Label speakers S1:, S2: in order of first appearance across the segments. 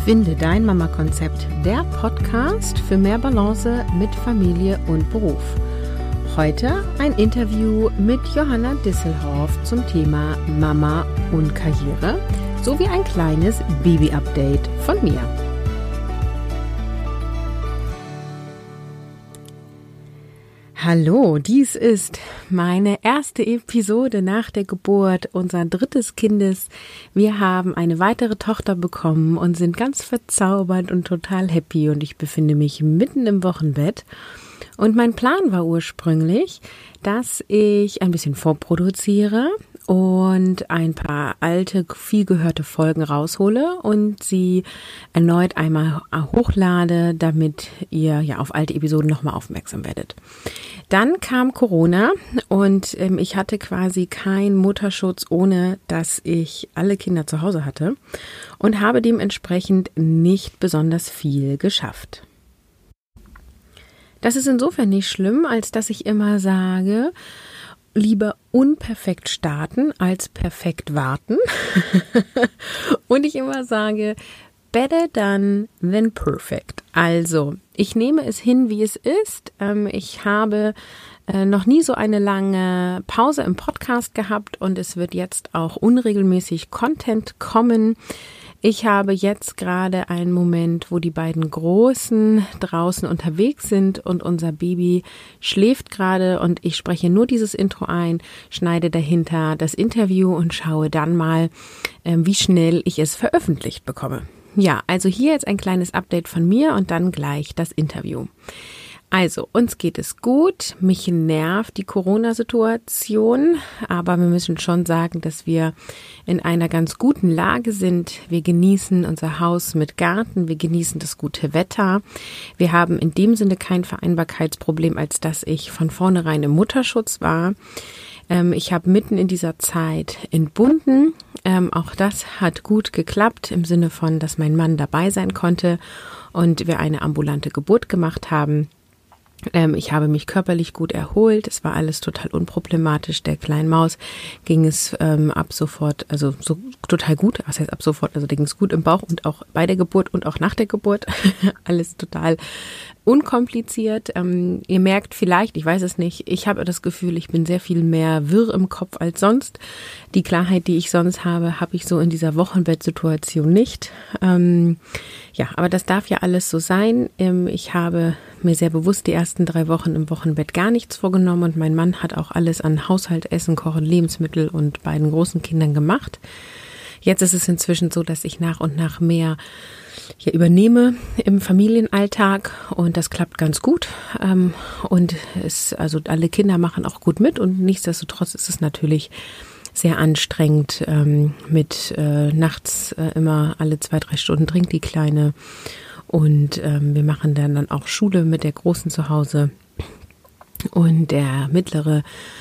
S1: Finde dein Mama-Konzept, der Podcast für mehr Balance mit Familie und Beruf. Heute ein Interview mit Johanna Disselhoff zum Thema Mama und Karriere sowie ein kleines Baby-Update von mir. Hallo, dies ist meine erste Episode nach der Geburt unseres dritten Kindes. Wir haben eine weitere Tochter bekommen und sind ganz verzaubert und total happy und ich befinde mich mitten im Wochenbett. Und mein Plan war ursprünglich, dass ich ein bisschen vorproduziere und ein paar alte, viel gehörte Folgen raushole und sie erneut einmal hochlade, damit ihr ja auf alte Episoden nochmal aufmerksam werdet. Dann kam Corona und ich hatte quasi keinen Mutterschutz, ohne dass ich alle Kinder zu Hause hatte und habe dementsprechend nicht besonders viel geschafft. Das ist insofern nicht schlimm, als dass ich immer sage, lieber unperfekt starten als perfekt warten. Und ich immer sage, better done than perfect. Also, ich nehme es hin, wie es ist. Ich habe noch nie so eine lange Pause im Podcast gehabt und es wird jetzt auch unregelmäßig Content kommen. Ich habe jetzt gerade einen Moment, wo die beiden Großen draußen unterwegs sind und unser Baby schläft gerade und ich spreche nur dieses Intro ein, schneide dahinter das Interview und schaue dann mal, wie schnell ich es veröffentlicht bekomme. Ja, also hier jetzt ein kleines Update von mir und dann gleich das Interview. Also, uns geht es gut, mich nervt die Corona-Situation, aber wir müssen schon sagen, dass wir in einer ganz guten Lage sind. Wir genießen unser Haus mit Garten, wir genießen das gute Wetter. Wir haben in dem Sinne kein Vereinbarkeitsproblem, als dass ich von vornherein im Mutterschutz war. Ich habe mitten in dieser Zeit entbunden. Auch das hat gut geklappt im Sinne von, dass mein Mann dabei sein konnte und wir eine ambulante Geburt gemacht haben. Ich habe mich körperlich gut erholt, es war alles total unproblematisch, der kleinen Maus ging es ab sofort, also so total gut, was heißt ab sofort, also der ging es gut im Bauch und auch bei der Geburt und auch nach der Geburt, alles total unkompliziert. Ihr merkt vielleicht, ich weiß es nicht, ich habe das Gefühl, ich bin sehr viel mehr wirr im Kopf als sonst. Die Klarheit, die ich sonst habe ich so in dieser Wochenbettsituation nicht. Ja, aber das darf ja alles so sein. Ich habe mir sehr bewusst die ersten 3 Wochen im Wochenbett gar nichts vorgenommen und mein Mann hat auch alles an Haushalt, Essen, Kochen, Lebensmittel und beiden großen Kindern gemacht. Jetzt ist es inzwischen so, dass ich nach und nach mehr hier übernehme im Familienalltag und das klappt ganz gut und also alle Kinder machen auch gut mit und nichtsdestotrotz ist es natürlich sehr anstrengend mit nachts immer alle 2-3 Stunden trinkt die Kleine und wir machen dann auch Schule mit der Großen zu Hause und der Mittlere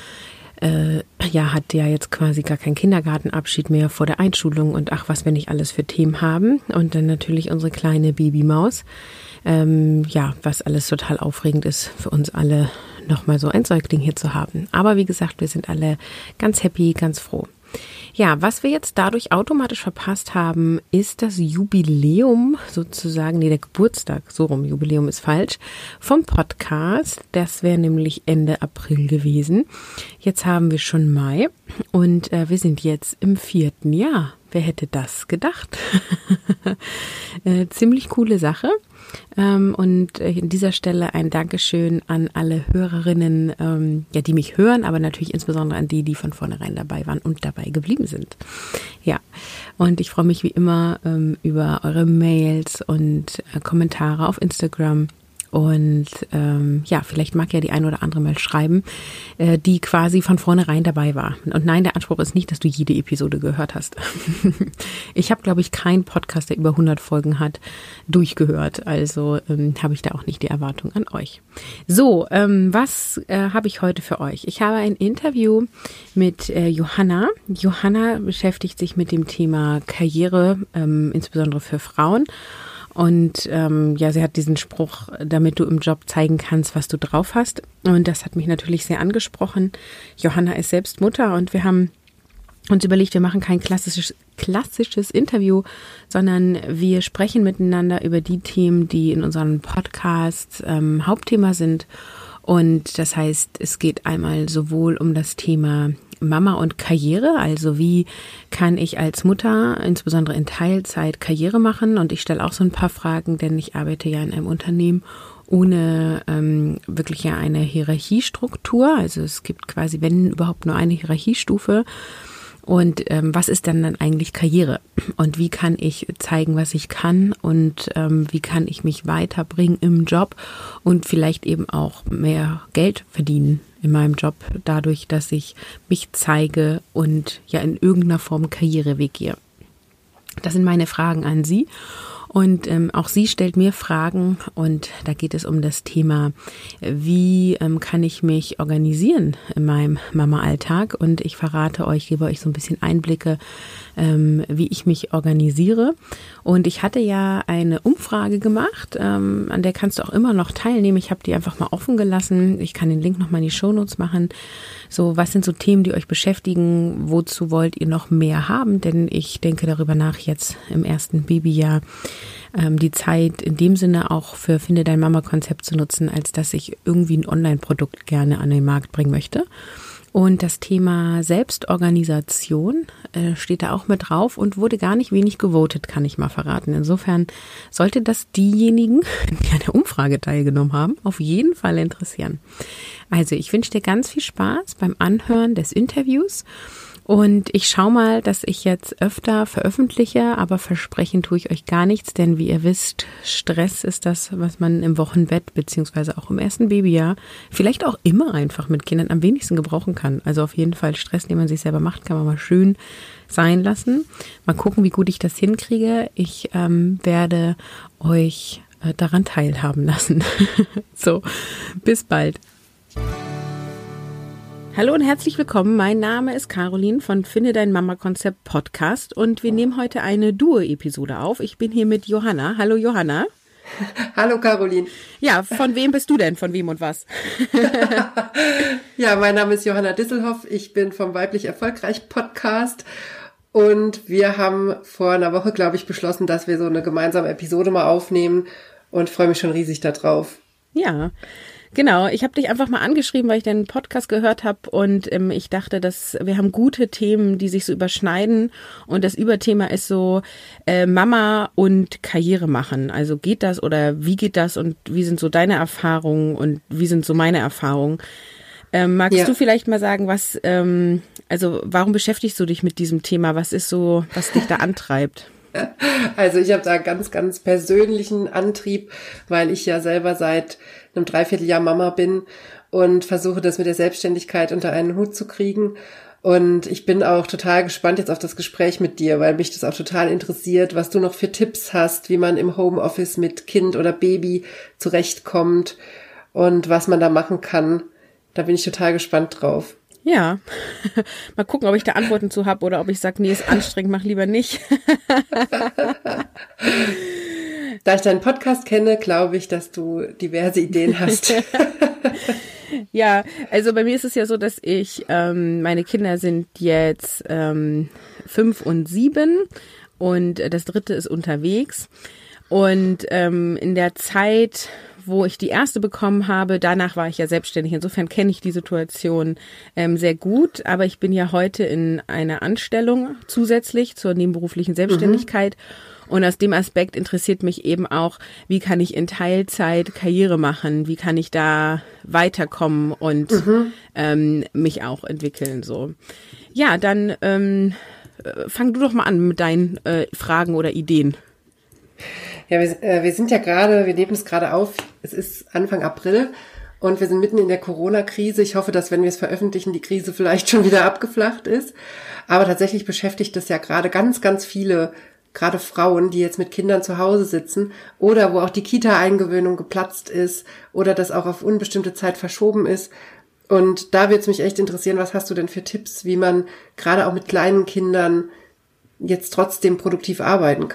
S1: hat ja jetzt quasi gar keinen Kindergartenabschied mehr vor der Einschulung und ach, was wir nicht alles für Themen haben. Und dann natürlich unsere kleine Babymaus, was alles total aufregend ist für uns alle, nochmal so ein Säugling hier zu haben. Aber wie gesagt, wir sind alle ganz happy, ganz froh. Ja, was wir jetzt dadurch automatisch verpasst haben, ist das Jubiläum sozusagen, der Geburtstag, so rum, Jubiläum ist falsch, vom Podcast. Das wäre nämlich Ende April gewesen. Jetzt haben wir schon Mai und wir sind jetzt im 4. Jahr. Wer hätte das gedacht? Ziemlich coole Sache. Und an dieser Stelle ein Dankeschön an alle Hörerinnen, die mich hören, aber natürlich insbesondere an die von vornherein dabei waren und dabei geblieben sind. Ja, und ich freue mich wie immer über eure Mails und Kommentare auf Instagram. Und vielleicht mag ja die ein oder andere mal schreiben, die quasi von vornherein dabei war. Und nein, der Anspruch ist nicht, dass du jede Episode gehört hast. Ich habe, glaube ich, keinen Podcast, der über 100 Folgen hat, durchgehört. Also habe ich da auch nicht die Erwartung an euch. So, was habe ich heute für euch? Ich habe ein Interview mit Johanna. Johanna beschäftigt sich mit dem Thema Karriere, insbesondere für Frauen. Und sie hat diesen Spruch, damit du im Job zeigen kannst, was du drauf hast. Und das hat mich natürlich sehr angesprochen. Johanna ist selbst Mutter und wir haben uns überlegt, wir machen kein klassisches Interview, sondern wir sprechen miteinander über die Themen, die in unserem Podcast Hauptthema sind. Und das heißt, es geht einmal sowohl um das Thema Mama und Karriere, also wie kann ich als Mutter, insbesondere in Teilzeit, Karriere machen? Und ich stelle auch so ein paar Fragen, denn ich arbeite ja in einem Unternehmen ohne wirklich ja eine Hierarchiestruktur. Also es gibt quasi, wenn überhaupt, nur eine Hierarchiestufe. Und was ist dann eigentlich Karriere? Und wie kann ich zeigen, was ich kann? Und wie kann ich mich weiterbringen im Job und vielleicht eben auch mehr Geld verdienen in meinem Job, dadurch, dass ich mich zeige und ja in irgendeiner Form Karriereweg gehe. Das sind meine Fragen an Sie. Und auch sie stellt mir Fragen und da geht es um das Thema, wie kann ich mich organisieren in meinem Mama-Alltag, und ich verrate euch, gebe euch so ein bisschen Einblicke, wie ich mich organisiere. Und ich hatte ja eine Umfrage gemacht, an der kannst du auch immer noch teilnehmen. Ich habe die einfach mal offen gelassen. Ich kann den Link nochmal in die Shownotes machen. So, was sind so Themen, die euch beschäftigen? Wozu wollt ihr noch mehr haben? Denn ich denke darüber nach, jetzt im ersten Babyjahr die Zeit in dem Sinne auch für Finde dein Mama-Konzept zu nutzen, als dass ich irgendwie ein Online-Produkt gerne an den Markt bringen möchte. Und das Thema Selbstorganisation steht da auch mit drauf und wurde gar nicht wenig gewotet, kann ich mal verraten. Insofern sollte das diejenigen, die an der Umfrage teilgenommen haben, auf jeden Fall interessieren. Also ich wünsche dir ganz viel Spaß beim Anhören des Interviews. Und ich schaue mal, dass ich jetzt öfter veröffentliche, aber versprechen tue ich euch gar nichts, denn wie ihr wisst, Stress ist das, was man im Wochenbett beziehungsweise auch im ersten Babyjahr, vielleicht auch immer einfach mit Kindern am wenigsten gebrauchen kann. Also auf jeden Fall Stress, den man sich selber macht, kann man mal schön sein lassen. Mal gucken, wie gut ich das hinkriege. Ich werde euch daran teilhaben lassen. So, bis bald. Hallo und herzlich willkommen. Mein Name ist Caroline von Finde dein Mama-Konzept Podcast und wir nehmen heute eine Duo-Episode auf. Ich bin hier mit Johanna. Hallo Johanna.
S2: Hallo Caroline.
S1: Ja, von wem bist du denn? Von wem und was?
S2: Ja, mein Name ist Johanna Disselhoff. Ich bin vom Weiblich Erfolgreich Podcast und wir haben vor einer Woche, glaube ich, beschlossen, dass wir so eine gemeinsame Episode mal aufnehmen und freue mich schon riesig darauf.
S1: Ja, genau. Ich habe dich einfach mal angeschrieben, weil ich deinen Podcast gehört habe und ich dachte, dass wir haben gute Themen, die sich so überschneiden, und das Überthema ist so Mama und Karriere machen. Also geht das oder wie geht das und wie sind so deine Erfahrungen und wie sind so meine Erfahrungen? Magst du vielleicht mal sagen, was, also warum beschäftigst du dich mit diesem Thema? Was ist so, was dich da antreibt?
S2: Also ich habe da ganz, ganz persönlichen Antrieb, weil ich ja selber seit einem Dreivierteljahr Mama bin und versuche, das mit der Selbstständigkeit unter einen Hut zu kriegen. Und ich bin auch total gespannt jetzt auf das Gespräch mit dir, weil mich das auch total interessiert, was du noch für Tipps hast, wie man im Homeoffice mit Kind oder Baby zurechtkommt und was man da machen kann. Da bin ich total gespannt drauf.
S1: Ja, mal gucken, ob ich da Antworten zu habe oder ob ich sage, nee, ist anstrengend, mach lieber nicht.
S2: Da ich deinen Podcast kenne, glaube ich, dass du diverse Ideen hast.
S1: Ja, also bei mir ist es ja so, dass ich, meine Kinder sind jetzt 5 und 7 und das dritte ist unterwegs. Und in der Zeit, wo ich die erste bekommen habe, danach war ich ja selbstständig. Insofern kenne ich die Situation sehr gut. Aber ich bin ja heute in einer Anstellung zusätzlich zur nebenberuflichen Selbstständigkeit. Und aus dem Aspekt interessiert mich eben auch, wie kann ich in Teilzeit Karriere machen? Wie kann ich da weiterkommen und mich auch entwickeln? So, ja, dann fang du doch mal an mit deinen Fragen oder Ideen.
S2: Ja, wir sind ja gerade, wir nehmen es gerade auf, es ist Anfang April und wir sind mitten in der Corona-Krise. Ich hoffe, dass, wenn wir es veröffentlichen, die Krise vielleicht schon wieder abgeflacht ist. Aber tatsächlich beschäftigt es ja gerade ganz, ganz viele, gerade Frauen, die jetzt mit Kindern zu Hause sitzen oder wo auch die Kita-Eingewöhnung geplatzt ist oder das auch auf unbestimmte Zeit verschoben ist. Und da würde es mich echt interessieren, was hast du denn für Tipps, wie man gerade auch mit kleinen Kindern jetzt trotzdem produktiv arbeiten kann?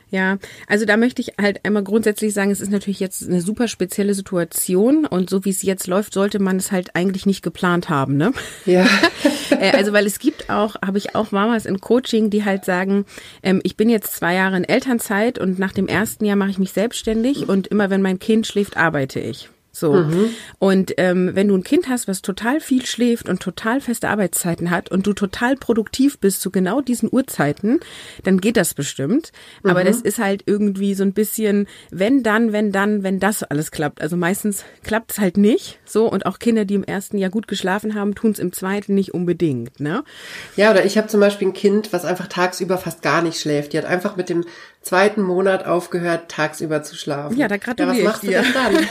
S1: Ja, also da möchte ich halt einmal grundsätzlich sagen, es ist natürlich jetzt eine super spezielle Situation und so wie es jetzt läuft, sollte man es halt eigentlich nicht geplant haben, ne?
S2: Ja.
S1: Also weil es gibt auch, habe ich auch Mamas in Coaching, die halt sagen, ich bin jetzt 2 Jahre in Elternzeit und nach dem ersten Jahr mache ich mich selbstständig und immer wenn mein Kind schläft, arbeite ich. So. Und wenn du ein Kind hast, was total viel schläft und total feste Arbeitszeiten hat und du total produktiv bist zu genau diesen Uhrzeiten, dann geht das bestimmt. Aber das ist halt irgendwie so ein bisschen, wenn das alles klappt. Also meistens klappt es halt nicht. So, und auch Kinder, die im ersten Jahr gut geschlafen haben, tun es im zweiten nicht unbedingt. Ne?
S2: Ja, oder ich habe zum Beispiel ein Kind, was einfach tagsüber fast gar nicht schläft. Die hat einfach mit dem 2. Monat aufgehört, tagsüber zu schlafen.
S1: Ja, da gratuliere
S2: was machst
S1: ich dir.
S2: du denn dann?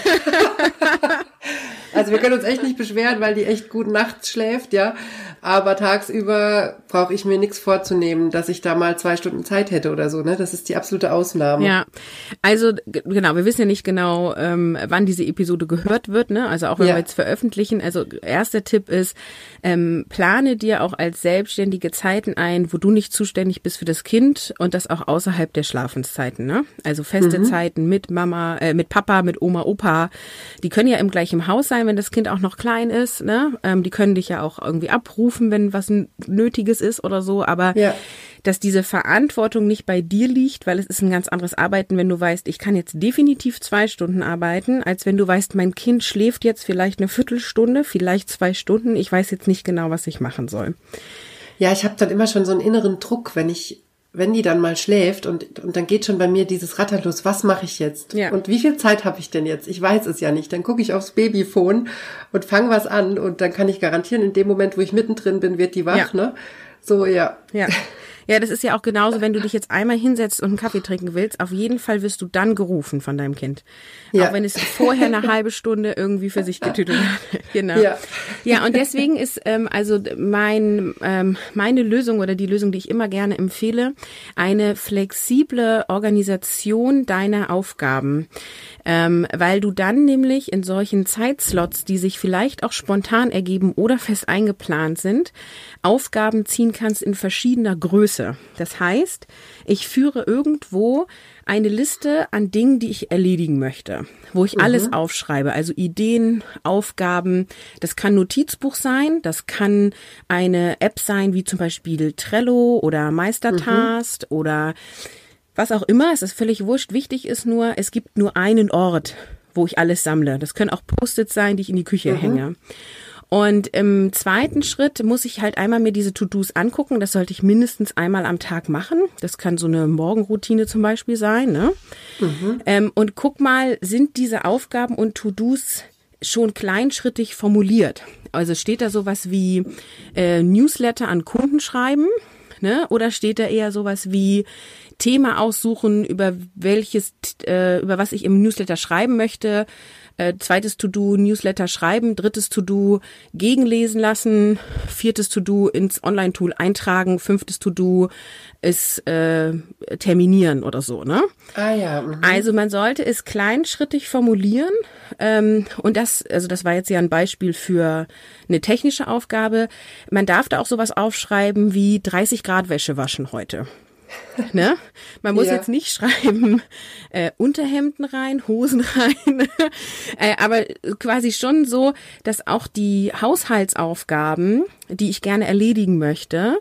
S2: Also wir können uns echt nicht beschweren, weil die echt gut nachts schläft, ja. Aber tagsüber brauche ich mir nichts vorzunehmen, dass ich da mal 2 Stunden Zeit hätte oder so, ne? Das ist die absolute Ausnahme.
S1: Ja, also genau, wir wissen ja nicht genau, wann diese Episode gehört wird, ne? Also auch wenn wir jetzt veröffentlichen. Also erster Tipp ist, plane dir auch als Selbstständige Zeiten ein, wo du nicht zuständig bist für das Kind und das auch außerhalb der Schlafenszeiten, ne? Also feste Zeiten mit Mama, mit Papa, mit Oma, Opa. Die können ja im gleichen Haus sein, wenn das Kind auch noch klein ist, ne? Die können dich ja auch irgendwie abrufen, wenn was Nötiges ist oder so, aber dass diese Verantwortung nicht bei dir liegt, weil es ist ein ganz anderes Arbeiten, wenn du weißt, ich kann jetzt definitiv 2 Stunden arbeiten, als wenn du weißt, mein Kind schläft jetzt vielleicht eine Viertelstunde, vielleicht 2 Stunden, ich weiß jetzt nicht genau, was ich machen soll.
S2: Ja, ich habe dann immer schon so einen inneren Druck, wenn die dann mal schläft und dann geht schon bei mir dieses Rattern los, was mache ich jetzt?
S1: Ja.
S2: Und wie viel Zeit habe ich denn jetzt? Ich weiß es ja nicht. Dann gucke ich aufs Babyphone und fange was an und dann kann ich garantieren, in dem Moment, wo ich mittendrin bin, wird die wach, ne? So, ja.
S1: Ja. Ja, das ist ja auch genauso, wenn du dich jetzt einmal hinsetzt und einen Kaffee trinken willst, auf jeden Fall wirst du dann gerufen von deinem Kind.
S2: Ja.
S1: Auch wenn es vorher eine halbe Stunde irgendwie für sich getüttelt hat. Genau. Ja, und deswegen ist also meine Lösung oder die Lösung, die ich immer gerne empfehle, eine flexible Organisation deiner Aufgaben. Weil du dann nämlich in solchen Zeitslots, die sich vielleicht auch spontan ergeben oder fest eingeplant sind, Aufgaben ziehen kannst in verschiedener Größe. Das heißt, ich führe irgendwo eine Liste an Dingen, die ich erledigen möchte, wo ich alles aufschreibe, also Ideen, Aufgaben. Das kann Notizbuch sein, das kann eine App sein, wie zum Beispiel Trello oder Meistertask oder was auch immer, es ist völlig wurscht. Wichtig ist nur, es gibt nur einen Ort, wo ich alles sammle. Das können auch Post-its sein, die ich in die Küche hänge. Und im zweiten Schritt muss ich halt einmal mir diese To-Dos angucken. Das sollte ich mindestens einmal am Tag machen. Das kann so eine Morgenroutine zum Beispiel sein, ne? Und guck mal, sind diese Aufgaben und To-Dos schon kleinschrittig formuliert? Also steht da sowas wie Newsletter an Kunden schreiben, ne? Oder steht da eher sowas wie Thema aussuchen, über was ich im Newsletter schreiben möchte. Zweites To-Do, Newsletter schreiben. Drittes To-Do, gegenlesen lassen. Viertes To-Do, ins Online-Tool eintragen. 5. To-Do ist terminieren oder so, ne?
S2: Ah ja.
S1: Also man sollte es kleinschrittig formulieren. Und das war jetzt ja ein Beispiel für eine technische Aufgabe. Man darf da auch sowas aufschreiben wie 30 Grad Wäsche waschen heute. Ne? Man muss jetzt nicht schreiben, Unterhemden rein, Hosen rein, aber quasi schon so, dass auch die Haushaltsaufgaben, die ich gerne erledigen möchte,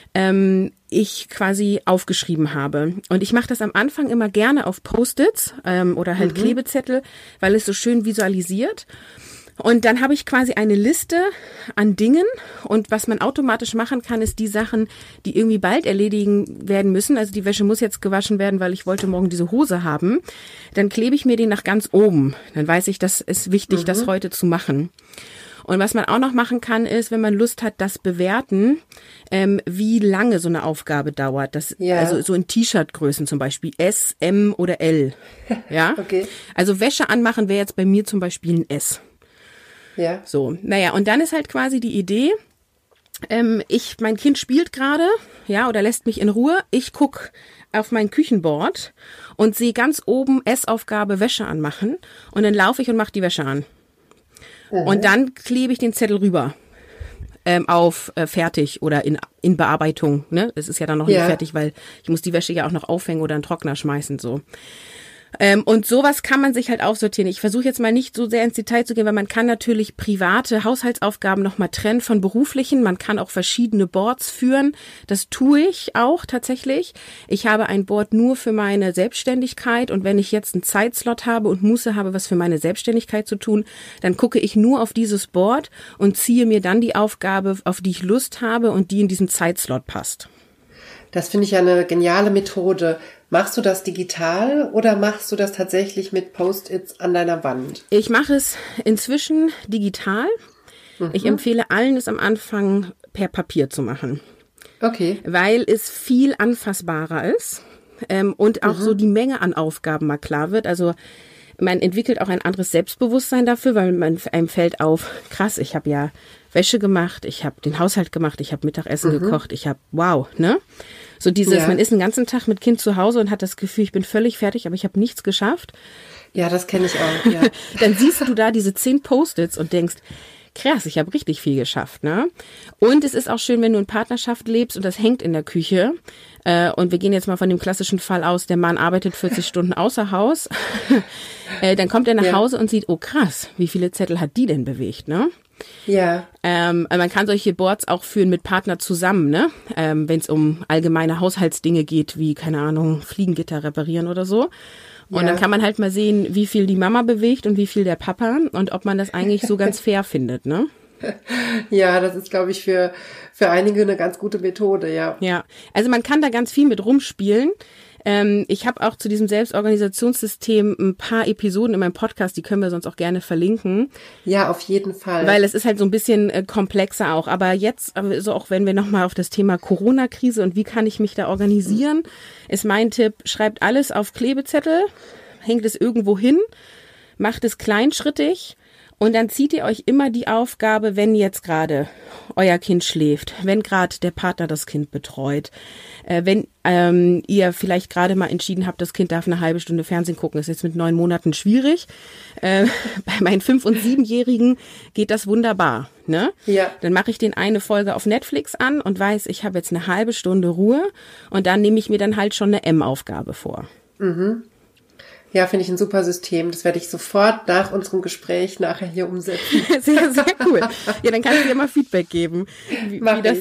S1: ich quasi aufgeschrieben habe. Und ich mache das am Anfang immer gerne auf Post-its oder halt Klebezettel, weil es so schön visualisiert. Und dann habe ich quasi eine Liste an Dingen und was man automatisch machen kann, ist die Sachen, die irgendwie bald erledigen werden müssen. Also die Wäsche muss jetzt gewaschen werden, weil ich wollte morgen diese Hose haben. Dann klebe ich mir den nach ganz oben. Dann weiß ich, das ist wichtig, das heute zu machen. Und was man auch noch machen kann, ist, wenn man Lust hat, das bewerten, wie lange so eine Aufgabe dauert. Also so in T-Shirt-Größen zum Beispiel S, M oder L. Ja?
S2: Okay.
S1: Also Wäsche anmachen wäre jetzt bei mir zum Beispiel ein S.
S2: Ja.
S1: So, naja, und dann ist halt quasi die Idee, mein Kind spielt gerade, ja, oder lässt mich in Ruhe. Ich guck auf mein Küchenboard und sehe ganz oben Essaufgabe Wäsche anmachen und dann laufe ich und mache die Wäsche an. Und dann klebe ich den Zettel rüber. auf fertig oder in Bearbeitung. Ne? Es ist ja dann noch nicht fertig, weil ich muss die Wäsche ja auch noch aufhängen oder in den Trockner schmeißen. So. Und sowas kann man sich halt aussortieren. Ich versuche jetzt mal nicht so sehr ins Detail zu gehen, weil man kann natürlich private Haushaltsaufgaben nochmal trennen von beruflichen. Man kann auch verschiedene Boards führen. Das tue ich auch tatsächlich. Ich habe ein Board nur für meine Selbstständigkeit und wenn ich jetzt einen Zeitslot habe und Muße habe, was für meine Selbstständigkeit zu tun, dann gucke ich nur auf dieses Board und ziehe mir dann die Aufgabe, auf die ich Lust habe und die in diesen Zeitslot passt.
S2: Das finde ich eine geniale Methode. Machst du das digital oder machst du das tatsächlich mit Post-its an deiner Wand?
S1: Ich mache es inzwischen digital. Ich empfehle allen, es am Anfang per Papier zu machen.
S2: Okay.
S1: Weil es viel anfassbarer ist und auch so die Menge an Aufgaben mal klar wird. Also man entwickelt auch ein anderes Selbstbewusstsein dafür, weil einem fällt auf, krass, ich habe ja Wäsche gemacht, ich habe den Haushalt gemacht, ich habe Mittagessen gekocht, ich habe, wow, ne? So dieses, man ist den ganzen Tag mit Kind zu Hause und hat das Gefühl, ich bin völlig fertig, aber ich habe nichts geschafft.
S2: Ja, das kenne ich auch, ja.
S1: Dann siehst du da diese 10 Post-its und denkst, krass, ich habe richtig viel geschafft, ne? Und es ist auch schön, wenn du in Partnerschaft lebst und das hängt in der Küche. Und wir gehen jetzt mal von dem klassischen Fall aus, der Mann arbeitet 40 Stunden außer Haus. Dann kommt er nach Hause und sieht, oh krass, wie viele Zettel hat die denn bewegt, ne?
S2: Ja.
S1: Man kann solche Boards auch führen mit Partner zusammen, ne? Wenn es um allgemeine Haushaltsdinge geht, wie, keine Ahnung, Fliegengitter reparieren oder so. Und dann kann man halt mal sehen, wie viel die Mama bewegt und wie viel der Papa und ob man das eigentlich so ganz fair findet, ne?
S2: Ja, das ist, glaube ich, für einige eine ganz gute Methode, ja.
S1: Ja, also man kann da ganz viel mit rumspielen. Ich habe auch zu diesem Selbstorganisationssystem ein paar Episoden in meinem Podcast, die können wir sonst auch gerne verlinken.
S2: Ja, auf jeden Fall.
S1: Weil es ist halt so ein bisschen komplexer auch. Aber jetzt, also auch wenn wir nochmal auf das Thema Corona-Krise und wie kann ich mich da organisieren, ist mein Tipp, schreibt alles auf Klebezettel, hängt es irgendwo hin, macht es kleinschrittig. Und dann zieht ihr euch immer die Aufgabe, wenn jetzt gerade euer Kind schläft, wenn gerade der Partner das Kind betreut, wenn ihr vielleicht gerade mal entschieden habt, das Kind darf eine halbe Stunde Fernsehen gucken, ist jetzt mit 9 Monaten schwierig. Bei meinen 5- und 7-Jährigen geht das wunderbar. Ne?
S2: Ja.
S1: Dann mache ich den eine Folge auf Netflix an und weiß, ich habe jetzt eine halbe Stunde Ruhe und dann nehme ich mir dann halt schon eine M-Aufgabe vor.
S2: Mhm. Ja, finde ich ein super System. Das werde ich sofort nach unserem Gespräch nachher hier umsetzen.
S1: Sehr, sehr cool. Ja, dann kannst du dir mal Feedback geben, wie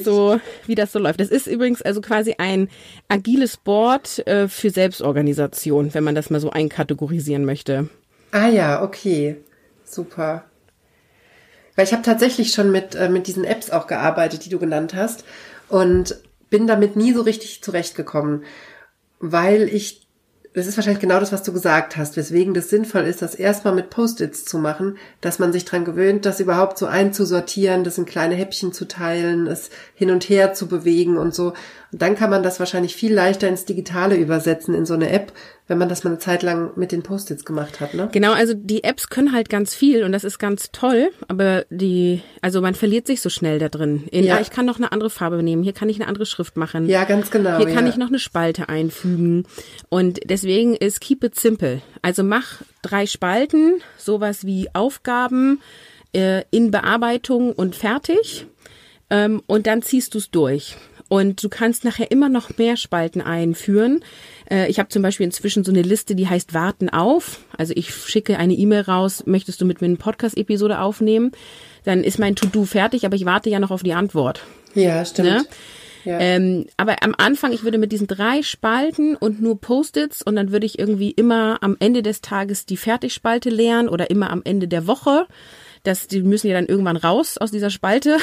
S1: das so läuft. Das ist übrigens also quasi ein agiles Board für Selbstorganisation, wenn man das mal so einkategorisieren möchte.
S2: Ah ja, okay. Super. Weil ich habe tatsächlich schon mit diesen Apps auch gearbeitet, die du genannt hast und bin damit nie so richtig zurechtgekommen, weil das ist wahrscheinlich genau das, was du gesagt hast, weswegen das sinnvoll ist, das erstmal mit Post-its zu machen, dass man sich dran gewöhnt, das überhaupt so einzusortieren, das in kleine Häppchen zu teilen, es hin und her zu bewegen und so. Und dann kann man das wahrscheinlich viel leichter ins Digitale übersetzen, in so eine App, wenn man das mal eine Zeit lang mit den Post-its gemacht hat, ne?
S1: Genau, also die Apps können halt ganz viel und das ist ganz toll, aber also man verliert sich so schnell da drin. Ich kann noch eine andere Farbe nehmen, hier kann ich eine andere Schrift machen.
S2: Ja, ganz genau.
S1: Hier kann ich noch eine Spalte einfügen und deswegen ist keep it simple. Also mach 3 Spalten, sowas wie Aufgaben in Bearbeitung und fertig und dann ziehst du es durch. Und du kannst nachher immer noch mehr Spalten einführen. Ich habe zum Beispiel inzwischen so eine Liste, die heißt Warten auf. Also ich schicke eine E-Mail raus, möchtest du mit mir eine Podcast-Episode aufnehmen? Dann ist mein To-Do fertig, aber ich warte ja noch auf die Antwort.
S2: Ja, stimmt.
S1: Ne?
S2: Ja.
S1: Aber am Anfang, ich würde mit diesen 3 Spalten und nur Post-its und dann würde ich irgendwie immer am Ende des Tages die Fertigspalte leeren oder immer am Ende der Woche. Die müssen ja dann irgendwann raus aus dieser Spalte.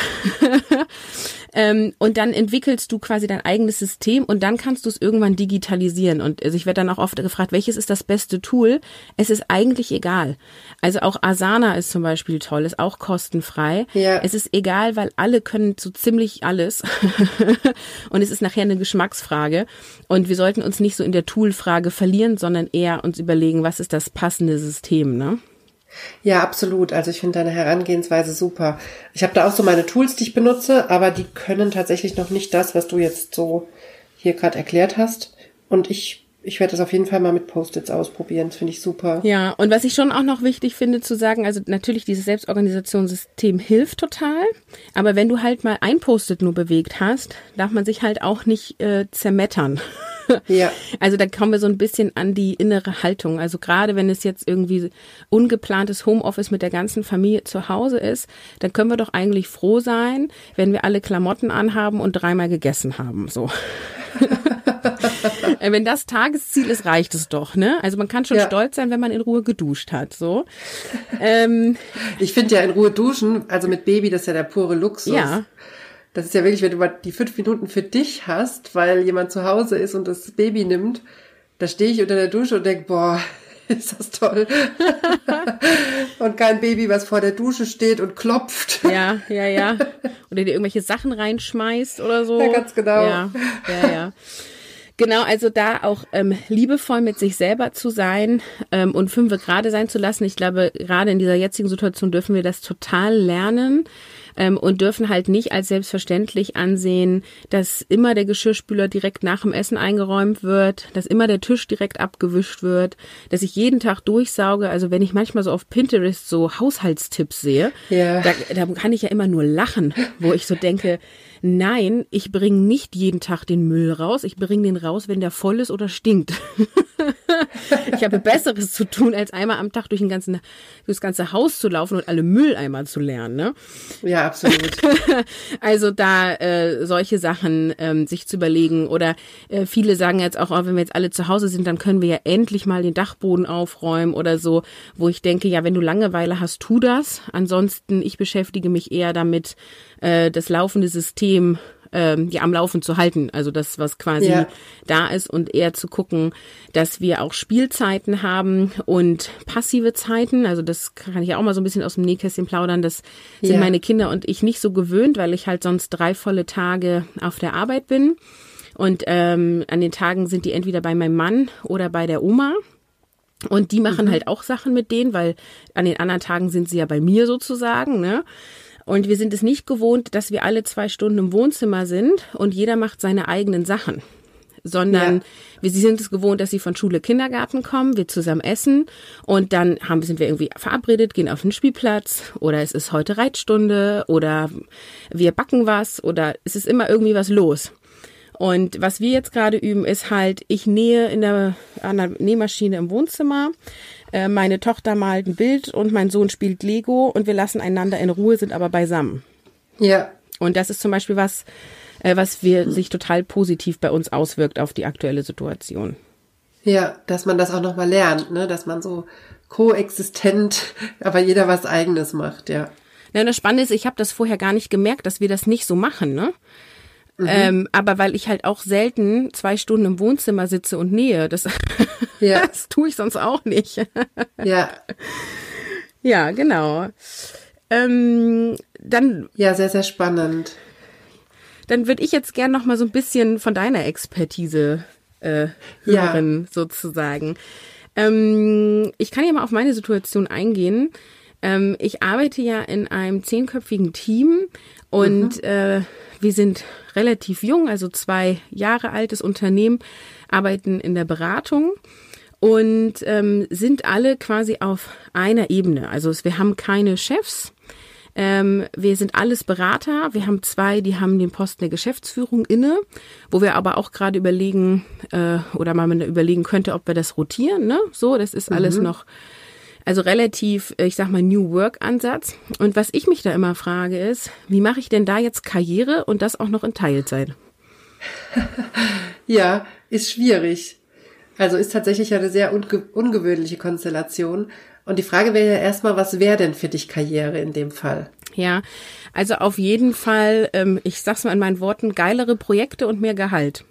S1: Und dann entwickelst du quasi dein eigenes System und dann kannst du es irgendwann digitalisieren. Und also ich werde dann auch oft gefragt, welches ist das beste Tool? Es ist eigentlich egal. Also auch Asana ist zum Beispiel toll, ist auch kostenfrei.
S2: Ja.
S1: Es ist egal, weil alle können so ziemlich alles. Und es ist nachher eine Geschmacksfrage. Und wir sollten uns nicht so in der Toolfrage verlieren, sondern eher uns überlegen, was ist das passende System, ne?
S2: Ja, absolut. Also ich finde deine Herangehensweise super. Ich habe da auch so meine Tools, die ich benutze, aber die können tatsächlich noch nicht das, was du jetzt so hier gerade erklärt hast. Und ich ich werde das auf jeden Fall mal mit Post-its ausprobieren. Das finde ich super.
S1: Ja, und was ich schon auch noch wichtig finde zu sagen, also natürlich dieses Selbstorganisationssystem hilft total, aber wenn du halt mal ein Post-it nur bewegt hast, darf man sich halt auch nicht zermettern.
S2: Ja.
S1: Also da kommen wir so ein bisschen an die innere Haltung. Also gerade wenn es jetzt irgendwie ungeplantes Homeoffice mit der ganzen Familie zu Hause ist, dann können wir doch eigentlich froh sein, wenn wir alle Klamotten anhaben und 3-mal gegessen haben, so. Wenn das Tagesziel ist, reicht es doch, ne? Also man kann schon stolz sein, wenn man in Ruhe geduscht hat, so.
S2: Ich finde ja in Ruhe duschen, also mit Baby, das ist ja der pure Luxus.
S1: Ja.
S2: Das ist ja wirklich, wenn du mal die 5 Minuten für dich hast, weil jemand zu Hause ist und das Baby nimmt, da stehe ich unter der Dusche und denke, boah, ist das toll. Und kein Baby, was vor der Dusche steht und klopft.
S1: Ja. Oder dir irgendwelche Sachen reinschmeißt oder so.
S2: Ja, ganz genau.
S1: Ja. Genau, also da auch liebevoll mit sich selber zu sein und 5 gerade sein zu lassen. Ich glaube, gerade in dieser jetzigen Situation dürfen wir das total lernen. Und dürfen halt nicht als selbstverständlich ansehen, dass immer der Geschirrspüler direkt nach dem Essen eingeräumt wird, dass immer der Tisch direkt abgewischt wird, dass ich jeden Tag durchsauge. Also wenn ich manchmal so auf Pinterest so Haushaltstipps sehe, da kann ich ja immer nur lachen, wo ich so denke, nein, ich bringe nicht jeden Tag den Müll raus. Ich bringe den raus, wenn der voll ist oder stinkt. Ich habe Besseres zu tun, als einmal am Tag durch das ganze Haus zu laufen und alle Mülleimer zu leeren, ne?
S2: Ja, absolut.
S1: Also da solche Sachen sich zu überlegen oder viele sagen jetzt auch, wenn wir jetzt alle zu Hause sind, dann können wir ja endlich mal den Dachboden aufräumen oder so, wo ich denke, ja, wenn du Langeweile hast, tu das. Ansonsten, ich beschäftige mich eher damit, das laufende System am Laufen zu halten, also das, was quasi da ist und eher zu gucken, dass wir auch Spielzeiten haben und passive Zeiten, also das kann ich auch mal so ein bisschen aus dem Nähkästchen plaudern, das sind meine Kinder und ich nicht so gewöhnt, weil ich halt sonst 3 volle Tage auf der Arbeit bin und an den Tagen sind die entweder bei meinem Mann oder bei der Oma. Und die machen halt auch Sachen mit denen, weil an den anderen Tagen sind sie ja bei mir sozusagen, ne? Und wir sind es nicht gewohnt, dass wir alle 2 Stunden im Wohnzimmer sind und jeder macht seine eigenen Sachen. Sondern sie sind es gewohnt, dass sie von Schule, Kindergarten kommen, wir zusammen essen und dann sind wir irgendwie verabredet, gehen auf den Spielplatz oder es ist heute Reitstunde oder wir backen was oder es ist immer irgendwie was los. Und was wir jetzt gerade üben, ist halt, ich nähe an der Nähmaschine im Wohnzimmer, meine Tochter malt ein Bild und mein Sohn spielt Lego und wir lassen einander in Ruhe, sind aber beisammen.
S2: Ja.
S1: Und das ist zum Beispiel was sich total positiv bei uns auswirkt auf die aktuelle Situation.
S2: Ja, dass man das auch nochmal lernt, ne, dass man so koexistent, aber jeder was Eigenes macht, ja.
S1: Na, das Spannende ist, ich habe das vorher gar nicht gemerkt, dass wir das nicht so machen, ne? Aber weil ich halt auch selten 2 Stunden im Wohnzimmer sitze und nähe, das tue ich sonst auch nicht.
S2: Ja.
S1: Ja, genau. Dann.
S2: Ja, sehr, sehr spannend.
S1: Dann würde ich jetzt gern noch mal so ein bisschen von deiner Expertise hören, sozusagen. Ich kann ja mal auf meine Situation eingehen. Ich arbeite ja in einem 10-köpfigen Team und wir sind relativ jung, also 2 Jahre altes Unternehmen, arbeiten in der Beratung und sind alle quasi auf einer Ebene. Also wir haben keine Chefs, wir sind alles Berater. Wir haben 2, die haben den Posten der Geschäftsführung inne, wo wir aber auch gerade überlegen oder mal überlegen könnte, ob wir das rotieren. Ne? So, das ist alles noch, also relativ, ich sag mal, New Work-Ansatz. Und was ich mich da immer frage ist, wie mache ich denn da jetzt Karriere und das auch noch in Teilzeit?
S2: Ja, ist schwierig. Also ist tatsächlich eine sehr ungewöhnliche Konstellation. Und die Frage wäre ja erstmal, was wäre denn für dich Karriere in dem Fall?
S1: Ja, also auf jeden Fall, ich sag's mal in meinen Worten, geilere Projekte und mehr Gehalt.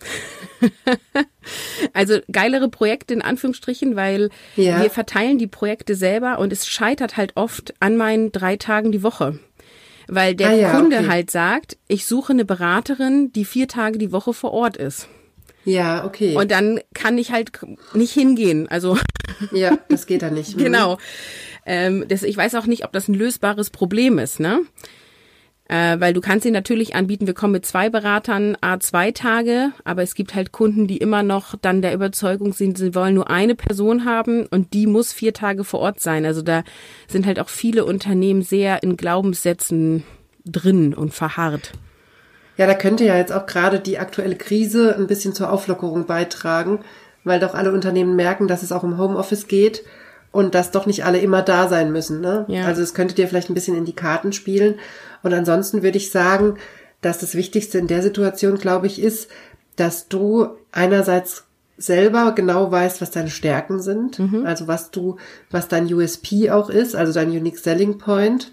S1: Also geilere Projekte in Anführungsstrichen, weil wir verteilen die Projekte selber und es scheitert halt oft an meinen 3 Tagen die Woche. Weil der Kunde halt sagt, ich suche eine Beraterin, die 4 Tage die Woche vor Ort ist.
S2: Ja, okay.
S1: Und dann kann ich halt nicht hingehen. Also
S2: ja, das geht dann nicht.
S1: Genau. Ich weiß auch nicht, ob das ein lösbares Problem ist, ne? Weil du kannst ihnen natürlich anbieten, wir kommen mit 2 Beratern, 2 Tage, aber es gibt halt Kunden, die immer noch dann der Überzeugung sind, sie wollen nur eine Person haben und die muss 4 Tage vor Ort sein. Also da sind halt auch viele Unternehmen sehr in Glaubenssätzen drin und verharrt.
S2: Ja, da könnte ja jetzt auch gerade die aktuelle Krise ein bisschen zur Auflockerung beitragen, weil doch alle Unternehmen merken, dass es auch im Homeoffice geht und dass doch nicht alle immer da sein müssen. Ne?
S1: Ja.
S2: Also es könnte dir vielleicht ein bisschen in die Karten spielen. Und ansonsten würde ich sagen, dass das Wichtigste in der Situation, glaube ich, ist, dass du einerseits selber genau weißt, was deine Stärken sind, also was dein USP auch ist, also dein Unique Selling Point,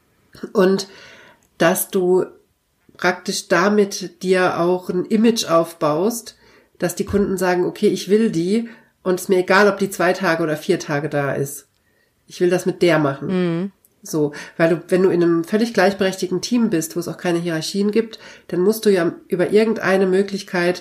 S2: und dass du praktisch damit dir auch ein Image aufbaust, dass die Kunden sagen, okay, ich will die und es ist mir egal, ob die 2 Tage oder 4 Tage da ist. Ich will das mit der machen. So, weil wenn du in einem völlig gleichberechtigten Team bist, wo es auch keine Hierarchien gibt, dann musst du ja über irgendeine Möglichkeit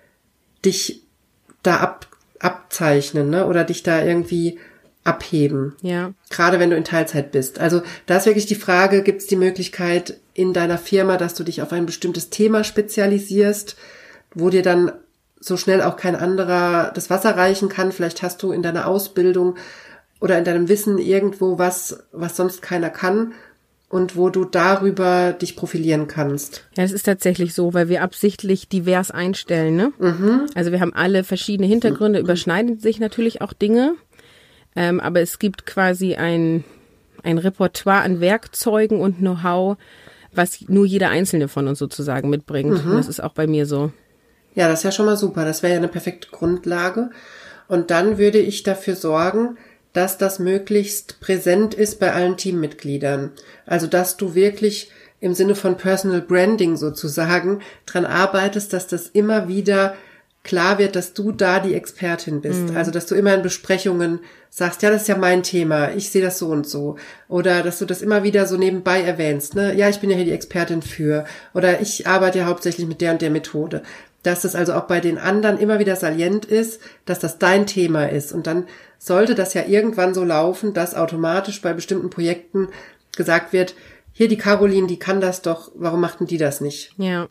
S2: dich da abzeichnen, ne? Oder dich da irgendwie abheben.
S1: Ja.
S2: Gerade wenn du in Teilzeit bist. Also da ist wirklich die Frage, gibt es die Möglichkeit in deiner Firma, dass du dich auf ein bestimmtes Thema spezialisierst, wo dir dann so schnell auch kein anderer das Wasser reichen kann. Vielleicht hast du in deiner Ausbildung oder in deinem Wissen irgendwo was sonst keiner kann und wo du darüber dich profilieren kannst.
S1: Ja, das ist tatsächlich so, weil wir absichtlich divers einstellen, ne? Also wir haben alle verschiedene Hintergründe, überschneiden sich natürlich auch Dinge, aber es gibt quasi ein Repertoire an Werkzeugen und Know-how, was nur jeder Einzelne von uns sozusagen mitbringt. Und das ist auch bei mir so.
S2: Ja, das ist ja schon mal super. Das wäre ja eine perfekte Grundlage. Und dann würde ich dafür sorgen, dass das möglichst präsent ist bei allen Teammitgliedern. Also, dass du wirklich im Sinne von Personal Branding sozusagen dran arbeitest, dass das immer wieder klar wird, dass du da die Expertin bist. Also, dass du immer in Besprechungen sagst, ja, das ist ja mein Thema, ich sehe das so und so. Oder dass du das immer wieder so nebenbei erwähnst, ne? Ja, ich bin ja hier die Expertin für. Oder ich arbeite ja hauptsächlich mit der und der Methode. Dass das also auch bei den anderen immer wieder salient ist, dass das dein Thema ist. Und dann sollte das ja irgendwann so laufen, dass automatisch bei bestimmten Projekten gesagt wird, hier die Caroline, die kann das doch, warum macht denn die das nicht?
S1: Ja.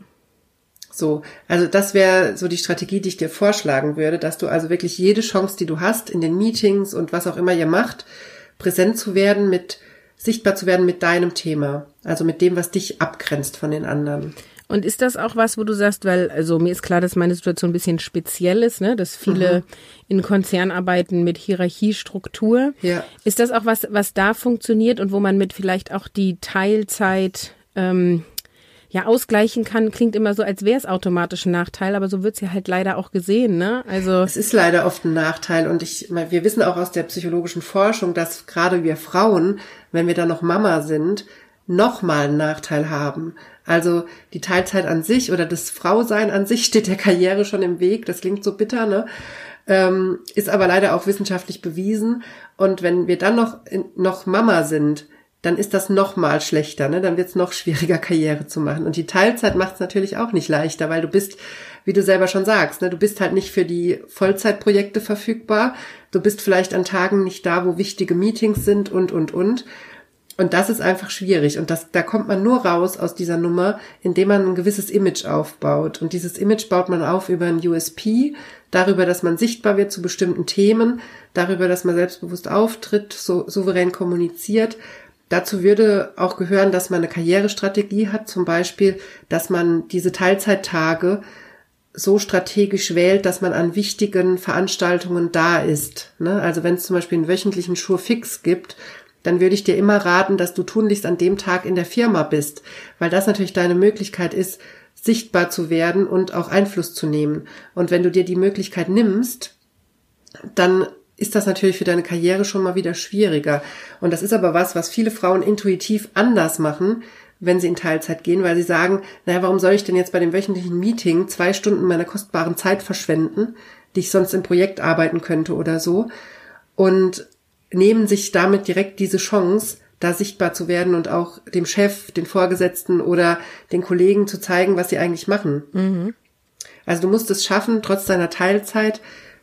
S2: So, also das wäre so die Strategie, die ich dir vorschlagen würde, dass du also wirklich jede Chance, die du hast, in den Meetings und was auch immer ihr macht, präsent zu werden, sichtbar zu werden mit deinem Thema. Also mit dem, was dich abgrenzt von den anderen.
S1: Und ist das auch was, wo du sagst, weil, also mir ist klar, dass meine Situation ein bisschen speziell ist, ne, dass viele in Konzernen arbeiten mit Hierarchiestruktur.
S2: Ja.
S1: Ist das auch was da funktioniert und wo man mit vielleicht auch die Teilzeit ausgleichen kann? Klingt immer so, als wäre es automatisch ein Nachteil, aber so wird's ja halt leider auch gesehen, ne? Also
S2: es ist leider oft ein Nachteil und wir wissen auch aus der psychologischen Forschung, dass gerade wir Frauen, wenn wir dann noch Mama sind, nochmal einen Nachteil haben. Also die Teilzeit an sich oder das Frausein an sich steht der Karriere schon im Weg. Das klingt so bitter, ne? Ist aber leider auch wissenschaftlich bewiesen. Und wenn wir dann noch Mama sind, dann ist das noch mal schlechter, ne? Dann wird es noch schwieriger, Karriere zu machen. Und die Teilzeit macht es natürlich auch nicht leichter, weil du bist, wie du selber schon sagst, ne? Du bist halt nicht für die Vollzeitprojekte verfügbar. Du bist vielleicht an Tagen nicht da, wo wichtige Meetings sind und. Und das ist einfach schwierig. Und da kommt man nur raus aus dieser Nummer, indem man ein gewisses Image aufbaut. Und dieses Image baut man auf über ein USP, darüber, dass man sichtbar wird zu bestimmten Themen, darüber, dass man selbstbewusst auftritt, souverän kommuniziert. Dazu würde auch gehören, dass man eine Karrierestrategie hat, zum Beispiel, dass man diese Teilzeittage so strategisch wählt, dass man an wichtigen Veranstaltungen da ist. Ne? Also wenn es zum Beispiel einen wöchentlichen Schurfix gibt, dann würde ich dir immer raten, dass du tunlichst an dem Tag in der Firma bist, weil das natürlich deine Möglichkeit ist, sichtbar zu werden und auch Einfluss zu nehmen. Und wenn du dir die Möglichkeit nimmst, dann ist das natürlich für deine Karriere schon mal wieder schwieriger. Und das ist aber was viele Frauen intuitiv anders machen, wenn sie in Teilzeit gehen, weil sie sagen, naja, warum soll ich denn jetzt bei dem wöchentlichen Meeting 2 Stunden meiner kostbaren Zeit verschwenden, die ich sonst im Projekt arbeiten könnte oder so, und nehmen sich damit direkt diese Chance, da sichtbar zu werden und auch dem Chef, den Vorgesetzten oder den Kollegen zu zeigen, was sie eigentlich machen. Also du musst es schaffen, trotz deiner Teilzeit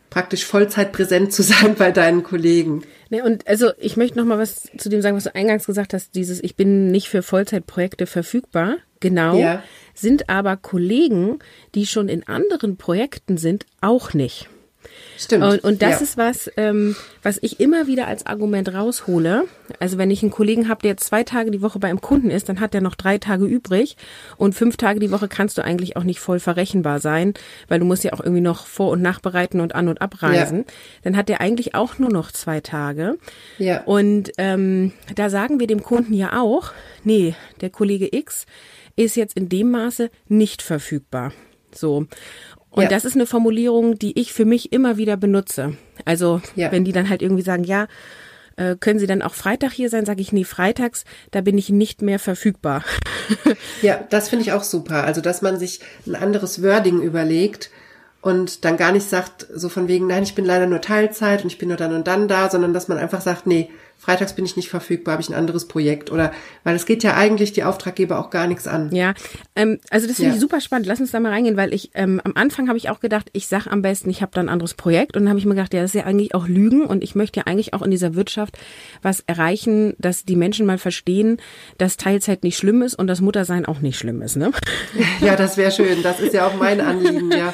S2: praktisch Vollzeit präsent zu sein bei deinen Kollegen.
S1: Ne, und also ich möchte noch mal was zu dem sagen, was du eingangs gesagt hast, ich bin nicht für Vollzeitprojekte verfügbar, genau,
S2: Ja.
S1: sind aber Kollegen, die schon in anderen Projekten sind, auch nicht.
S2: Stimmt.
S1: Und das ist was, was ich immer wieder als Argument raushole. Also wenn ich einen Kollegen habe, der 2 Tage die Woche bei einem Kunden ist, dann hat der noch 3 Tage übrig und 5 Tage die Woche kannst du eigentlich auch nicht voll verrechenbar sein, weil du musst ja auch irgendwie noch vor- und nachbereiten und an- und abreisen. Ja. Dann hat der eigentlich auch nur noch 2 Tage.
S2: Ja.
S1: Und da sagen wir dem Kunden ja auch, nee, der Kollege X ist jetzt in dem Maße nicht verfügbar. So. Und das ist eine Formulierung, die ich für mich immer wieder benutze. Also wenn die dann halt irgendwie sagen, ja, können Sie dann auch Freitag hier sein, sage ich, nee, freitags, da bin ich nicht mehr verfügbar.
S2: Ja, das finde ich auch super. Also, dass man sich ein anderes Wording überlegt und dann gar nicht sagt, so von wegen, nein, ich bin leider nur Teilzeit und ich bin nur dann und dann da, sondern dass man einfach sagt, nee, freitags bin ich nicht verfügbar, habe ich ein anderes Projekt oder, weil es geht ja eigentlich die Auftraggeber auch gar nichts an.
S1: Ja, also das finde ich super spannend. Lass uns da mal reingehen, weil ich am Anfang habe ich auch gedacht, ich sage am besten, ich habe da ein anderes Projekt und dann habe ich mir gedacht, ja, das ist ja eigentlich auch Lügen und ich möchte ja eigentlich auch in dieser Wirtschaft was erreichen, dass die Menschen mal verstehen, dass Teilzeit nicht schlimm ist und dass Muttersein auch nicht schlimm ist, ne?
S2: Ja, das wäre schön. Das ist ja auch mein Anliegen, ja.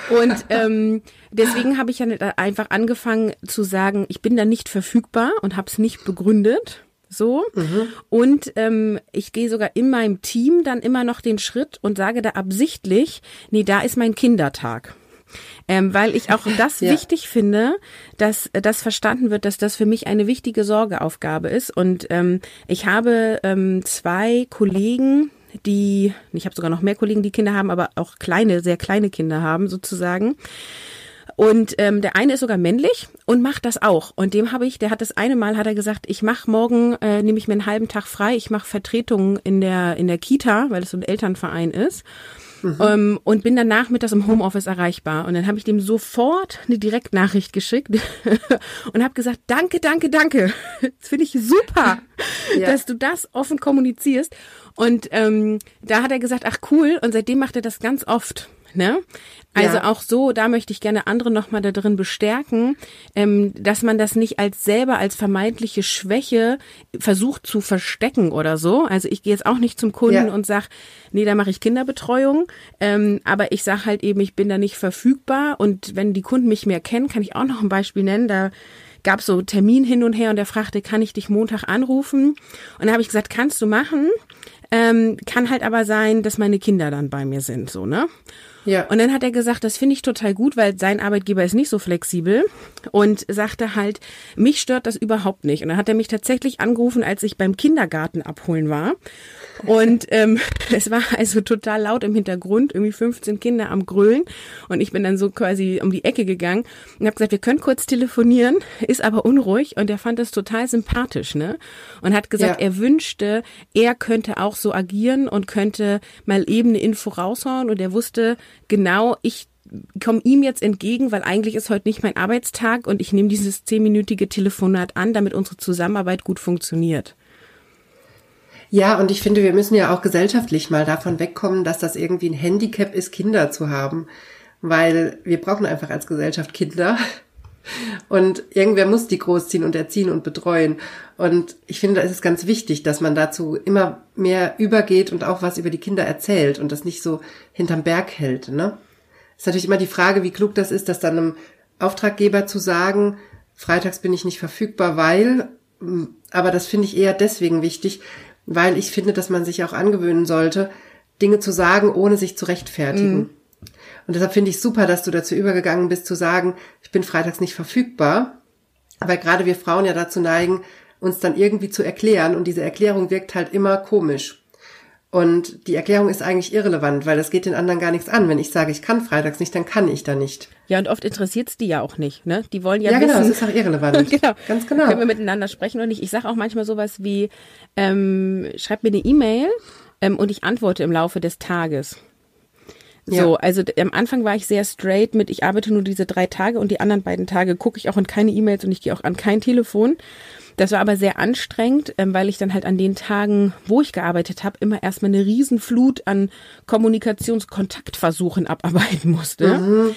S1: Und deswegen habe ich ja einfach angefangen zu sagen, ich bin da nicht verfügbar und habe es nicht begründet. So. Mhm. Und ich gehe sogar in meinem Team dann immer noch den Schritt und sage da absichtlich, nee, da ist mein Kindertag. Weil ich auch das wichtig finde, dass das verstanden wird, dass das für mich eine wichtige Sorgeaufgabe ist. Und ich habe 2 Kollegen, ich habe sogar noch mehr Kollegen, die Kinder haben, aber auch sehr kleine Kinder haben sozusagen. Und der eine ist sogar männlich und macht das auch. Und der hat das eine Mal, hat er gesagt, ich mache morgen, nehme ich mir einen halben Tag frei, ich mache Vertretungen in der Kita, weil es so ein Elternverein ist. Mhm. Und bin dann nachmittags im Homeoffice erreichbar. Und dann habe ich dem sofort eine Direktnachricht geschickt und habe gesagt, danke. Das finde ich super, dass du das offen kommunizierst. Und da hat er gesagt, ach cool. Und seitdem macht er das ganz oft. Ne? Also auch so, da möchte ich gerne andere nochmal da drin bestärken, dass man das nicht selber als vermeintliche Schwäche versucht zu verstecken oder so. Also ich gehe jetzt auch nicht zum Kunden und sag, nee, da mache ich Kinderbetreuung, aber ich sag halt eben, ich bin da nicht verfügbar und wenn die Kunden mich mehr kennen, kann ich auch noch ein Beispiel nennen, da gab es so Termin hin und her und der fragte, kann ich dich Montag anrufen? Und da habe ich gesagt, kannst du machen, kann halt aber sein, dass meine Kinder dann bei mir sind, so, ne? Ja. Und dann hat er gesagt, das finde ich total gut, weil sein Arbeitgeber ist nicht so flexibel und sagte halt, mich stört das überhaupt nicht. Und dann hat er mich tatsächlich angerufen, als ich beim Kindergarten abholen war. Und es war also total laut im Hintergrund, irgendwie 15 Kinder am Grölen. Und ich bin dann so quasi um die Ecke gegangen und habe gesagt, wir können kurz telefonieren, ist aber unruhig. Und er fand das total sympathisch, ne? Und hat gesagt, er wünschte, er könnte auch so agieren und könnte mal eben eine Info raushauen. Und er wusste genau, ich komme ihm jetzt entgegen, weil eigentlich ist heute nicht mein Arbeitstag und ich nehme dieses 10-minütige Telefonat an, damit unsere Zusammenarbeit gut funktioniert.
S2: Ja, und ich finde, wir müssen ja auch gesellschaftlich mal davon wegkommen, dass das irgendwie ein Handicap ist, Kinder zu haben. Weil wir brauchen einfach als Gesellschaft Kinder. Und irgendwer muss die großziehen und erziehen und betreuen. Und ich finde, da ist es ganz wichtig, dass man dazu immer mehr übergeht und auch was über die Kinder erzählt und das nicht so hinterm Berg hält, ne? Ist natürlich immer die Frage, wie klug das ist, das dann einem Auftraggeber zu sagen, freitags bin ich nicht verfügbar, aber das finde ich eher deswegen wichtig, weil ich finde, dass man sich auch angewöhnen sollte, Dinge zu sagen, ohne sich zu rechtfertigen. Mhm. Und deshalb finde ich super, dass du dazu übergegangen bist, zu sagen, ich bin freitags nicht verfügbar, weil gerade wir Frauen ja dazu neigen, uns dann irgendwie zu erklären und diese Erklärung wirkt halt immer komisch. Und die Erklärung ist eigentlich irrelevant, weil das geht den anderen gar nichts an. Wenn ich sage, ich kann freitags nicht, dann kann ich da nicht.
S1: Ja, und oft interessiert es die ja auch nicht, ne? Die wollen ja
S2: wissen. Ja, genau, das ist auch irrelevant.
S1: Genau.
S2: Ganz genau.
S1: Können wir miteinander sprechen oder nicht? Ich sage auch manchmal sowas wie, schreib mir eine E-Mail und ich antworte im Laufe des Tages. So, also am Anfang war ich sehr straight mit, ich arbeite nur diese 3 Tage und die anderen 2 Tage gucke ich auch in keine E-Mails und ich gehe auch an kein Telefon. Das war aber sehr anstrengend, weil ich dann halt an den Tagen, wo ich gearbeitet habe, immer erstmal eine Riesenflut an Kommunikationskontaktversuchen abarbeiten musste. Mhm.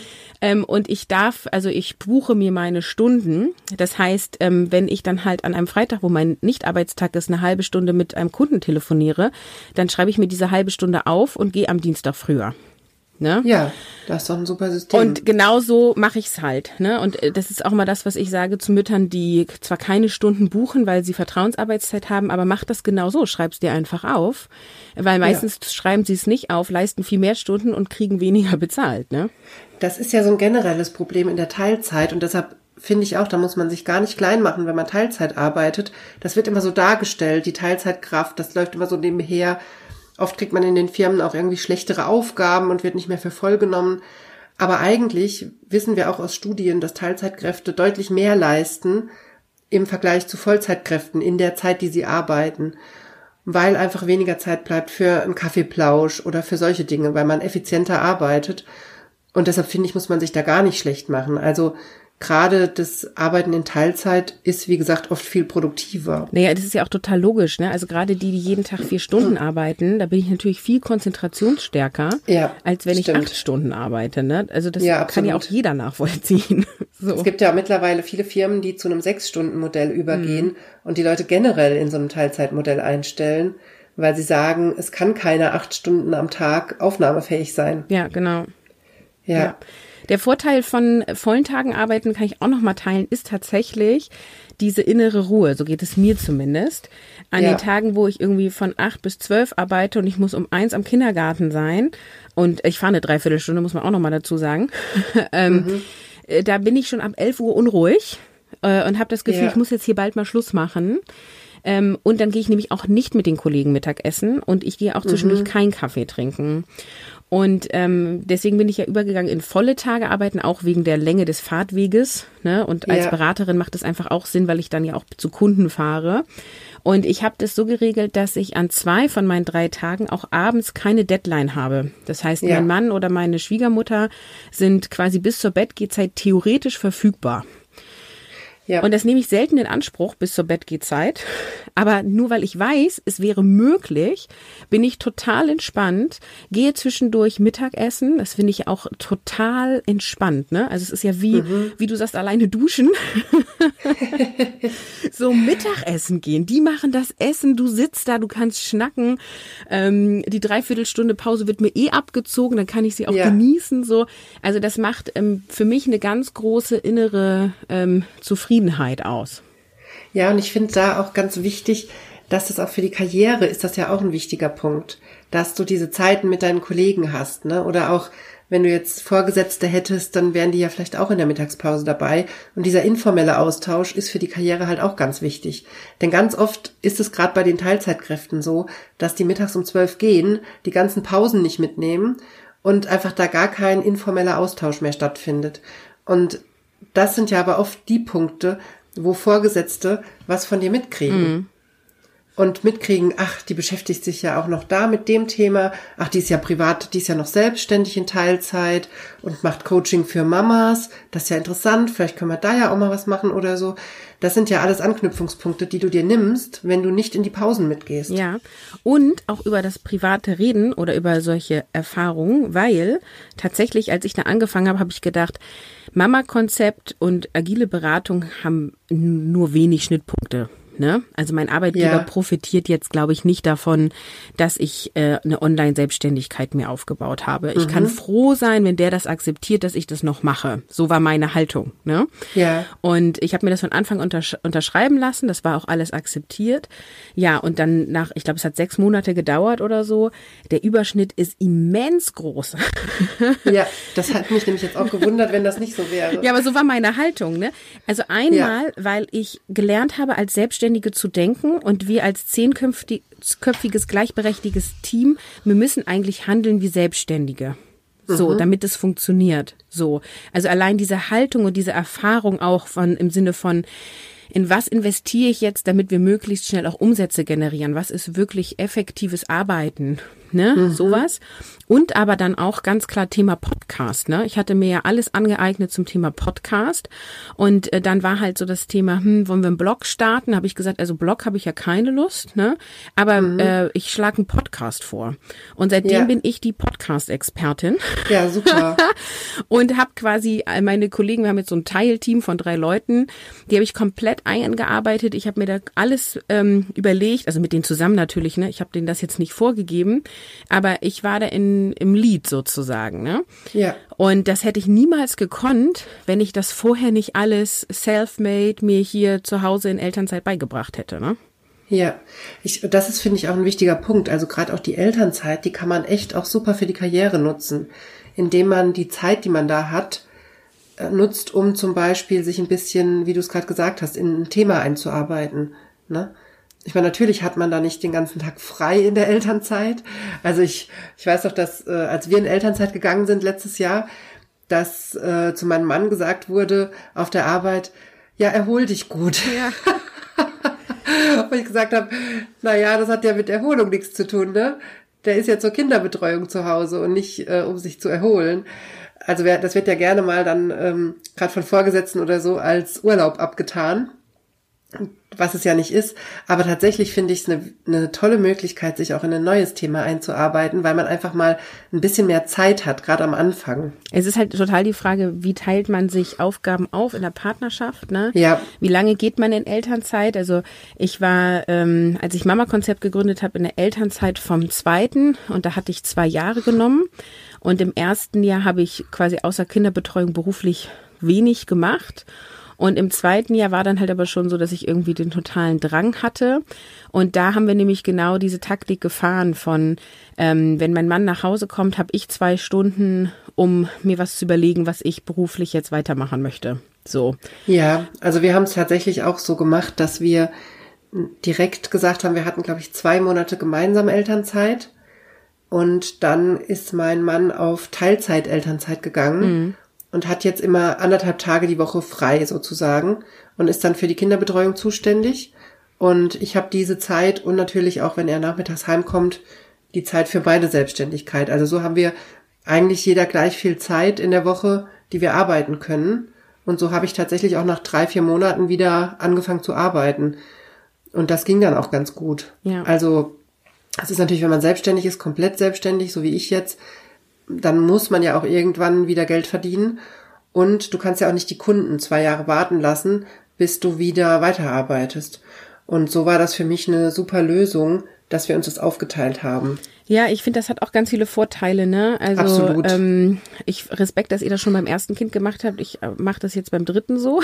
S1: Und ich buche mir meine Stunden. Das heißt, wenn ich dann halt an einem Freitag, wo mein Nicht-Arbeitstag ist, eine halbe Stunde mit einem Kunden telefoniere, dann schreibe ich mir diese halbe Stunde auf und gehe am Dienstag früher. Ne?
S2: Ja, das ist doch ein super System.
S1: Und genau so mache ich's halt. Ne? Und das ist auch mal das, was ich sage zu Müttern, die zwar keine Stunden buchen, weil sie Vertrauensarbeitszeit haben, aber mach das genau so, schreib's dir einfach auf. Weil meistens schreiben sie es nicht auf, leisten viel mehr Stunden und kriegen weniger bezahlt. Ne?
S2: Das ist ja so ein generelles Problem in der Teilzeit und deshalb finde ich auch, da muss man sich gar nicht klein machen, wenn man Teilzeit arbeitet. Das wird immer so dargestellt, die Teilzeitkraft, das läuft immer so nebenher. Oft kriegt man in den Firmen auch irgendwie schlechtere Aufgaben und wird nicht mehr für voll genommen. Aber eigentlich wissen wir auch aus Studien, dass Teilzeitkräfte deutlich mehr leisten im Vergleich zu Vollzeitkräften in der Zeit, die sie arbeiten, weil einfach weniger Zeit bleibt für einen Kaffeeplausch oder für solche Dinge, weil man effizienter arbeitet. Und deshalb finde ich, muss man sich da gar nicht schlecht machen. Also gerade das Arbeiten in Teilzeit ist, wie gesagt, oft viel produktiver.
S1: Naja, das ist ja auch total logisch, ne? Also gerade die jeden Tag 4 Stunden arbeiten, da bin ich natürlich viel konzentrationsstärker, als wenn ich 8 Stunden arbeite, ne? Also das kann ja auch jeder nachvollziehen. So.
S2: Es gibt ja mittlerweile viele Firmen, die zu einem 6-Stunden-Modell übergehen und die Leute generell in so einem Teilzeitmodell einstellen, weil sie sagen, es kann keine 8 Stunden am Tag aufnahmefähig sein.
S1: Ja, genau. Ja. Der Vorteil von vollen Tagen arbeiten, kann ich auch noch mal teilen, ist tatsächlich diese innere Ruhe. So geht es mir zumindest. An den Tagen, wo ich irgendwie von 8 bis 12 arbeite und ich muss um 1 am Kindergarten sein und ich fahre eine Dreiviertelstunde, muss man auch noch mal dazu sagen, da bin ich schon ab 11 Uhr unruhig und habe das Gefühl, ich muss jetzt hier bald mal Schluss machen. Und dann gehe ich nämlich auch nicht mit den Kollegen Mittagessen und ich gehe auch zwischendurch keinen Kaffee trinken. Und deswegen bin ich ja übergegangen in volle Tage arbeiten, auch wegen der Länge des Fahrtweges. Ne? Und als Beraterin macht es einfach auch Sinn, weil ich dann ja auch zu Kunden fahre. Und ich habe das so geregelt, dass ich an 2 von meinen 3 Tagen auch abends keine Deadline habe. Das heißt, mein Mann oder meine Schwiegermutter sind quasi bis zur Bettgehzeit theoretisch verfügbar. Ja. Und das nehme ich selten in Anspruch bis zur Bettgehzeit. Aber nur weil ich weiß, es wäre möglich, bin ich total entspannt, gehe zwischendurch Mittagessen. Das finde ich auch total entspannt. Ne? Also es ist ja wie du sagst, alleine duschen. So Mittagessen gehen. Die machen das Essen, du sitzt da, du kannst schnacken. Die Dreiviertelstunde Pause wird mir abgezogen, dann kann ich sie auch genießen. So. Also das macht für mich eine ganz große innere Zufriedenheit aus.
S2: Ja, und ich finde da auch ganz wichtig, dass das auch für die Karriere ist das ja auch ein wichtiger Punkt, dass du diese Zeiten mit deinen Kollegen hast, ne? Oder auch, wenn du jetzt Vorgesetzte hättest, dann wären die ja vielleicht auch in der Mittagspause dabei. Und dieser informelle Austausch ist für die Karriere halt auch ganz wichtig. Denn ganz oft ist es gerade bei den Teilzeitkräften so, dass die mittags um 12 gehen, die ganzen Pausen nicht mitnehmen und einfach da gar kein informeller Austausch mehr stattfindet. Und das sind ja aber oft die Punkte, wo Vorgesetzte was von dir mitkriegen. Und mitkriegen, ach, die beschäftigt sich ja auch noch da mit dem Thema, ach, die ist ja privat, die ist ja noch selbstständig in Teilzeit und macht Coaching für Mamas, das ist ja interessant, vielleicht können wir da ja auch mal was machen oder so. Das sind ja alles Anknüpfungspunkte, die du dir nimmst, wenn du nicht in die Pausen mitgehst.
S1: Ja, und auch über das private Reden oder über solche Erfahrungen, weil tatsächlich, als ich da angefangen habe, habe ich gedacht, Mama-Konzept und agile Beratung haben nur wenig Schnittpunkte. Ne? Also mein Arbeitgeber profitiert jetzt, glaube ich, nicht davon, dass ich eine Online-Selbstständigkeit mir aufgebaut habe. Ich kann froh sein, wenn der das akzeptiert, dass ich das noch mache. So war meine Haltung. Ne?
S2: Ja.
S1: Und ich habe mir das von Anfang unterschreiben lassen. Das war auch alles akzeptiert. Ja, und dann ich glaube, es hat 6 Monate gedauert oder so. Der Überschnitt ist immens groß.
S2: Ja, das hat mich nämlich jetzt auch gewundert, wenn das nicht so wäre.
S1: Ja, aber so war meine Haltung. Ne? Also einmal, weil ich gelernt habe, als Selbstständige zu denken und wir als 10-köpfiges gleichberechtigtes Team, wir müssen eigentlich handeln wie Selbstständige. So, damit es funktioniert. So. Also allein diese Haltung und diese Erfahrung auch im Sinne von, in was investiere ich jetzt, damit wir möglichst schnell auch Umsätze generieren? Was ist wirklich effektives Arbeiten? ne, sowas. Und aber dann auch ganz klar Thema Podcast, ne? Ich hatte mir ja alles angeeignet zum Thema Podcast und dann war halt so das Thema, wollen wir einen Blog starten? Habe ich gesagt, also Blog habe ich ja keine Lust, ne? Aber ich schlage einen Podcast vor. Und seitdem bin ich die Podcast-Expertin.
S2: Ja, super.
S1: Und habe quasi meine Kollegen, wir haben jetzt so ein Teilteam von 3 Leuten, die habe ich komplett eingearbeitet. Ich habe mir da alles überlegt, also mit denen zusammen natürlich, ne? Ich habe denen das jetzt nicht vorgegeben, aber ich war da im Lead sozusagen, ne? Ja. Und das hätte ich niemals gekonnt, wenn ich das vorher nicht alles self-made mir hier zu Hause in Elternzeit beigebracht hätte, ne?
S2: Ja, das ist, finde ich, auch ein wichtiger Punkt. Also gerade auch die Elternzeit, die kann man echt auch super für die Karriere nutzen, indem man die Zeit, die man da hat, nutzt, um zum Beispiel sich ein bisschen, wie du es gerade gesagt hast, in ein Thema einzuarbeiten, ne? Ich meine, natürlich hat man da nicht den ganzen Tag frei in der Elternzeit. Also ich weiß doch, dass als wir in Elternzeit gegangen sind letztes Jahr, dass zu meinem Mann gesagt wurde auf der Arbeit, ja, erhol dich gut. Ja. Und ich gesagt habe, naja, das hat ja mit Erholung nichts zu tun, ne? Der ist ja zur Kinderbetreuung zu Hause und nicht, um sich zu erholen. Also das wird ja gerne mal dann gerade von Vorgesetzten oder so als Urlaub abgetan, was es ja nicht ist. Aber tatsächlich finde ich es eine tolle Möglichkeit, sich auch in ein neues Thema einzuarbeiten, weil man einfach mal ein bisschen mehr Zeit hat, gerade am Anfang.
S1: Es ist halt total die Frage, wie teilt man sich Aufgaben auf in der Partnerschaft, ne?
S2: Ja.
S1: Wie lange geht man in Elternzeit? Also ich war, als ich Mama-Konzept gegründet habe, in der Elternzeit vom 2. und da hatte ich 2 Jahre genommen. Und im 1. Jahr habe ich quasi außer Kinderbetreuung beruflich wenig gemacht. Und im 2. Jahr war dann halt aber schon so, dass ich irgendwie den totalen Drang hatte. Und da haben wir nämlich genau diese Taktik gefahren von, wenn mein Mann nach Hause kommt, habe ich 2 Stunden, um mir was zu überlegen, was ich beruflich jetzt weitermachen möchte. So.
S2: Ja, also wir haben es tatsächlich auch so gemacht, dass wir direkt gesagt haben, wir hatten, glaube ich, 2 Monate gemeinsam Elternzeit. Und dann ist mein Mann auf Teilzeit-Elternzeit gegangen. Und hat jetzt immer 1,5 Tage die Woche frei sozusagen und ist dann für die Kinderbetreuung zuständig. Und ich habe diese Zeit und natürlich auch, wenn er nachmittags heimkommt, die Zeit für meine Selbstständigkeit. Also so haben wir eigentlich jeder gleich viel Zeit in der Woche, die wir arbeiten können. Und so habe ich tatsächlich auch nach 3-4 Monaten wieder angefangen zu arbeiten. Und das ging dann auch ganz gut. Ja. Also es ist natürlich, wenn man selbstständig ist, komplett selbstständig, so wie ich jetzt, dann muss man ja auch irgendwann wieder Geld verdienen und du kannst ja auch nicht die Kunden 2 Jahre warten lassen, bis du wieder weiterarbeitest. Und so war das für mich eine super Lösung, dass wir uns das aufgeteilt haben.
S1: Ja, ich finde, das hat auch ganz viele Vorteile, ne? Also
S2: absolut.
S1: Ich Respekt, dass ihr das schon beim 1. Kind gemacht habt. Ich mache das jetzt beim 3. so.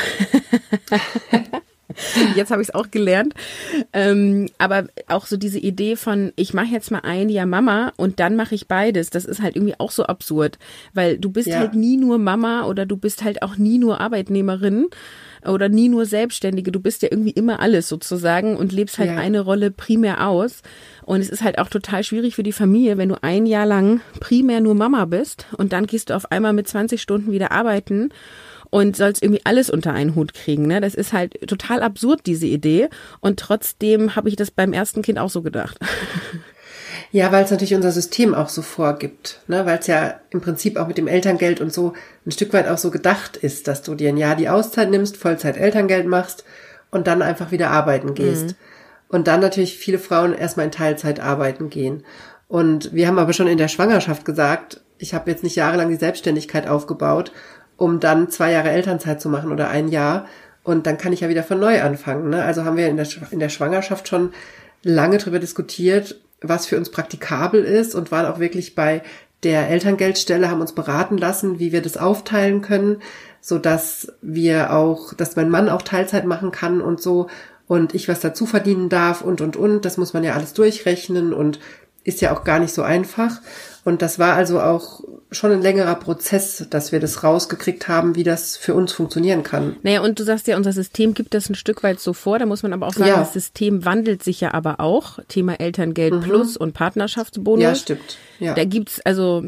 S1: Jetzt habe ich es auch gelernt. Aber auch so diese Idee von, ich mache jetzt mal 1 Jahr Mama und dann mache ich beides, das ist halt irgendwie auch so absurd. Weil du bist halt nie nur Mama oder du bist halt auch nie nur Arbeitnehmerin oder nie nur Selbstständige. Du bist ja irgendwie immer alles sozusagen und lebst halt eine Rolle primär aus. Und es ist halt auch total schwierig für die Familie, wenn du 1 Jahr lang primär nur Mama bist und dann gehst du auf einmal mit 20 Stunden wieder arbeiten und sollst irgendwie alles unter einen Hut kriegen, ne? Das ist halt total absurd, diese Idee. Und trotzdem habe ich das beim 1. Kind auch so gedacht.
S2: Ja, weil es natürlich unser System auch so vorgibt, ne? Weil es ja im Prinzip auch mit dem Elterngeld und so ein Stück weit auch so gedacht ist, dass du dir ein Jahr die Auszeit nimmst, Vollzeit Elterngeld machst und dann einfach wieder arbeiten gehst. Und dann natürlich viele Frauen erstmal in Teilzeit arbeiten gehen. Und wir haben aber schon in der Schwangerschaft gesagt, ich habe jetzt nicht jahrelang die Selbstständigkeit aufgebaut, um dann 2 Jahre Elternzeit zu machen oder 1 Jahr. Und dann kann ich ja wieder von neu anfangen, ne? Also haben wir in der Schwangerschaft schon lange drüber diskutiert, was für uns praktikabel ist und waren auch wirklich bei der Elterngeldstelle, haben uns beraten lassen, wie wir das aufteilen können, so dass dass mein Mann auch Teilzeit machen kann und so und ich was dazu verdienen darf und. Das muss man ja alles durchrechnen und ist ja auch gar nicht so einfach. Und das war also auch schon ein längerer Prozess, dass wir das rausgekriegt haben, wie das für uns funktionieren kann.
S1: Naja, und du sagst ja, unser System gibt das ein Stück weit so vor. Da muss man aber auch sagen, das System wandelt sich ja aber auch. Thema Elterngeld Plus und Partnerschaftsbonus.
S2: Ja, stimmt. Ja.
S1: Da gibt's also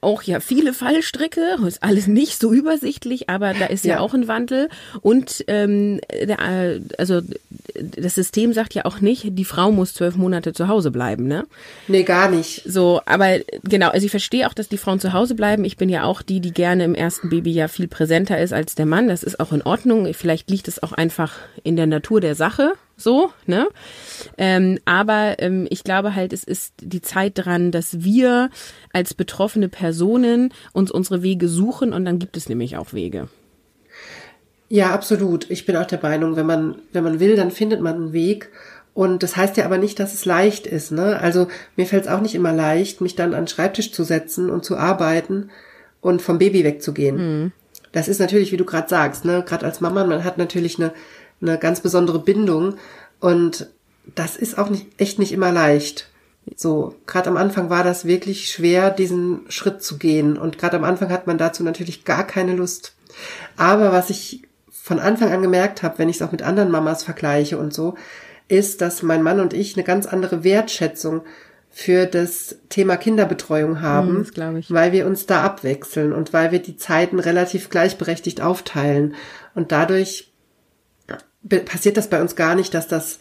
S1: auch ja viele Fallstricke, ist alles nicht so übersichtlich, aber da ist ja auch ein Wandel. Und also das System sagt ja auch nicht, die Frau muss 12 Monate zu Hause bleiben, ne?
S2: Nee, gar nicht.
S1: So, aber genau, also ich verstehe auch, dass die Frauen zu Hause bleiben. Ich bin ja auch die gerne im ersten Babyjahr viel präsenter ist als der Mann. Das ist auch in Ordnung. Vielleicht liegt es auch einfach in der Natur der Sache. So, ne? Aber ich glaube halt, es ist die Zeit dran, dass wir als betroffene Personen uns unsere Wege suchen und dann gibt es nämlich auch Wege.
S2: Ja, absolut. Ich bin auch der Meinung, wenn man will, dann findet man einen Weg. Und das heißt ja aber nicht, dass es leicht ist, ne? Also mir fällt es auch nicht immer leicht, mich dann an den Schreibtisch zu setzen und zu arbeiten und vom Baby wegzugehen. Mhm. Das ist natürlich, wie du gerade sagst, ne? Gerade als Mama, man hat natürlich eine ganz besondere Bindung und das ist auch echt nicht immer leicht. So, gerade am Anfang war das wirklich schwer, diesen Schritt zu gehen und gerade am Anfang hat man dazu natürlich gar keine Lust. Aber was ich von Anfang an gemerkt habe, wenn ich es auch mit anderen Mamas vergleiche und so, ist, dass mein Mann und ich eine ganz andere Wertschätzung für das Thema Kinderbetreuung haben,
S1: das glaube ich.
S2: Weil wir uns da abwechseln und weil wir die Zeiten relativ gleichberechtigt aufteilen. Und dadurch passiert das bei uns gar nicht, dass das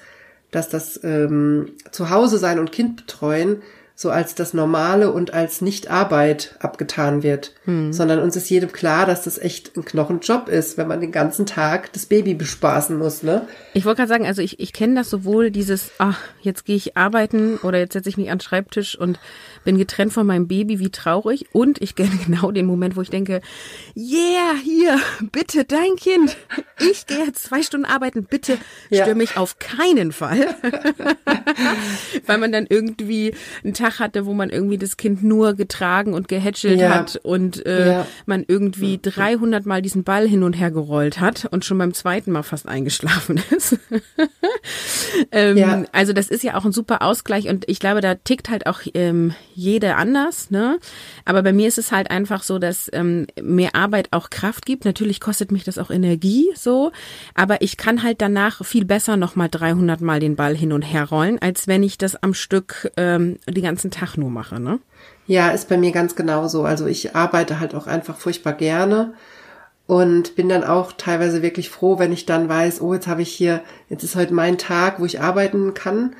S2: Zuhause sein und Kind betreuen so als das Normale und als Nicht-Arbeit abgetan wird, sondern uns ist jedem klar, dass das echt ein Knochenjob ist, wenn man den ganzen Tag das Baby bespaßen muss, ne?
S1: Ich wollte gerade sagen, also ich kenne das sowohl dieses, jetzt gehe ich arbeiten oder jetzt setze ich mich an den Schreibtisch und bin getrennt von meinem Baby, wie traurig. Und ich kenne genau den Moment, wo ich denke, yeah, hier, bitte dein Kind. Ich gehe jetzt 2 Stunden arbeiten, bitte stör mich auf keinen Fall. Weil man dann irgendwie einen Tag hatte, wo man irgendwie das Kind nur getragen und gehätschelt hat und man irgendwie 300 Mal diesen Ball hin und her gerollt hat und schon beim 2. Mal fast eingeschlafen ist. Also das ist ja auch ein super Ausgleich und ich glaube, da tickt halt auch jede anders, ne? Aber bei mir ist es halt einfach so, dass mehr Arbeit auch Kraft gibt. Natürlich kostet mich das auch Energie, so, aber ich kann halt danach viel besser nochmal 300 Mal den Ball hin und her rollen, als wenn ich das am Stück den ganzen Tag nur mache, ne?
S2: Ja, ist bei mir ganz genauso. Also ich arbeite halt auch einfach furchtbar gerne und bin dann auch teilweise wirklich froh, wenn ich dann weiß, oh, jetzt ist heute mein Tag, wo ich arbeiten kann.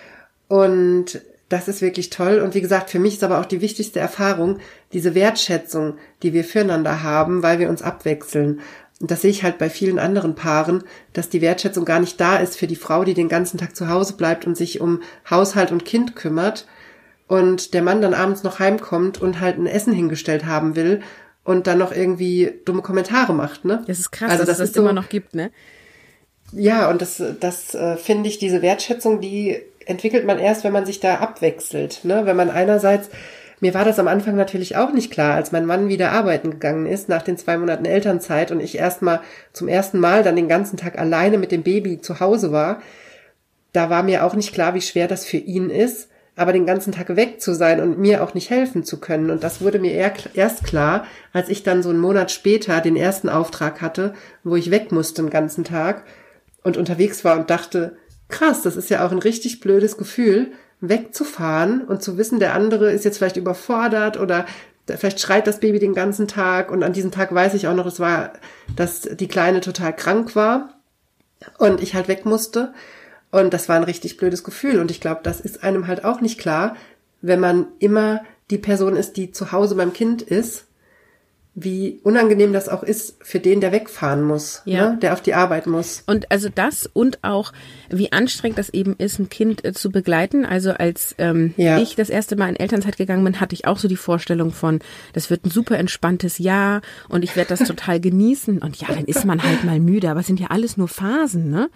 S2: Und das ist wirklich toll. Und wie gesagt, für mich ist aber auch die wichtigste Erfahrung, diese Wertschätzung, die wir füreinander haben, weil wir uns abwechseln. Und das sehe ich halt bei vielen anderen Paaren, dass die Wertschätzung gar nicht da ist für die Frau, die den ganzen Tag zu Hause bleibt und sich um Haushalt und Kind kümmert und der Mann dann abends noch heimkommt und halt ein Essen hingestellt haben will und dann noch irgendwie dumme Kommentare macht, ne?
S1: Das ist krass, also, dass es das immer noch gibt, ne?
S2: Ja, und das finde ich, diese Wertschätzung, die entwickelt man erst, wenn man sich da abwechselt, ne? Wenn man einerseits, mir war das am Anfang natürlich auch nicht klar, als mein Mann wieder arbeiten gegangen ist, nach den 2 Monaten Elternzeit und ich zum ersten Mal dann den ganzen Tag alleine mit dem Baby zu Hause war, da war mir auch nicht klar, wie schwer das für ihn ist, aber den ganzen Tag weg zu sein und mir auch nicht helfen zu können. Und das wurde mir erst klar, als ich dann so einen Monat später den ersten Auftrag hatte, wo ich weg musste den ganzen Tag und unterwegs war und dachte, krass, das ist ja auch ein richtig blödes Gefühl, wegzufahren und zu wissen, der andere ist jetzt vielleicht überfordert oder vielleicht schreit das Baby den ganzen Tag und an diesem Tag weiß ich auch noch, dass die Kleine total krank war und ich halt weg musste und das war ein richtig blödes Gefühl und ich glaube, das ist einem halt auch nicht klar, wenn man immer die Person ist, die zu Hause beim Kind ist, wie unangenehm das auch ist für den, der wegfahren muss, ne? Der auf die Arbeit muss.
S1: Und also das und auch, wie anstrengend das eben ist, ein Kind zu begleiten. Also als ich das erste Mal in Elternzeit gegangen bin, hatte ich auch so die Vorstellung von, das wird ein super entspanntes Jahr und ich werde das total genießen. Und ja, dann ist man halt mal müde, aber es sind ja alles nur Phasen, ne?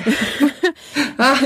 S1: Ja.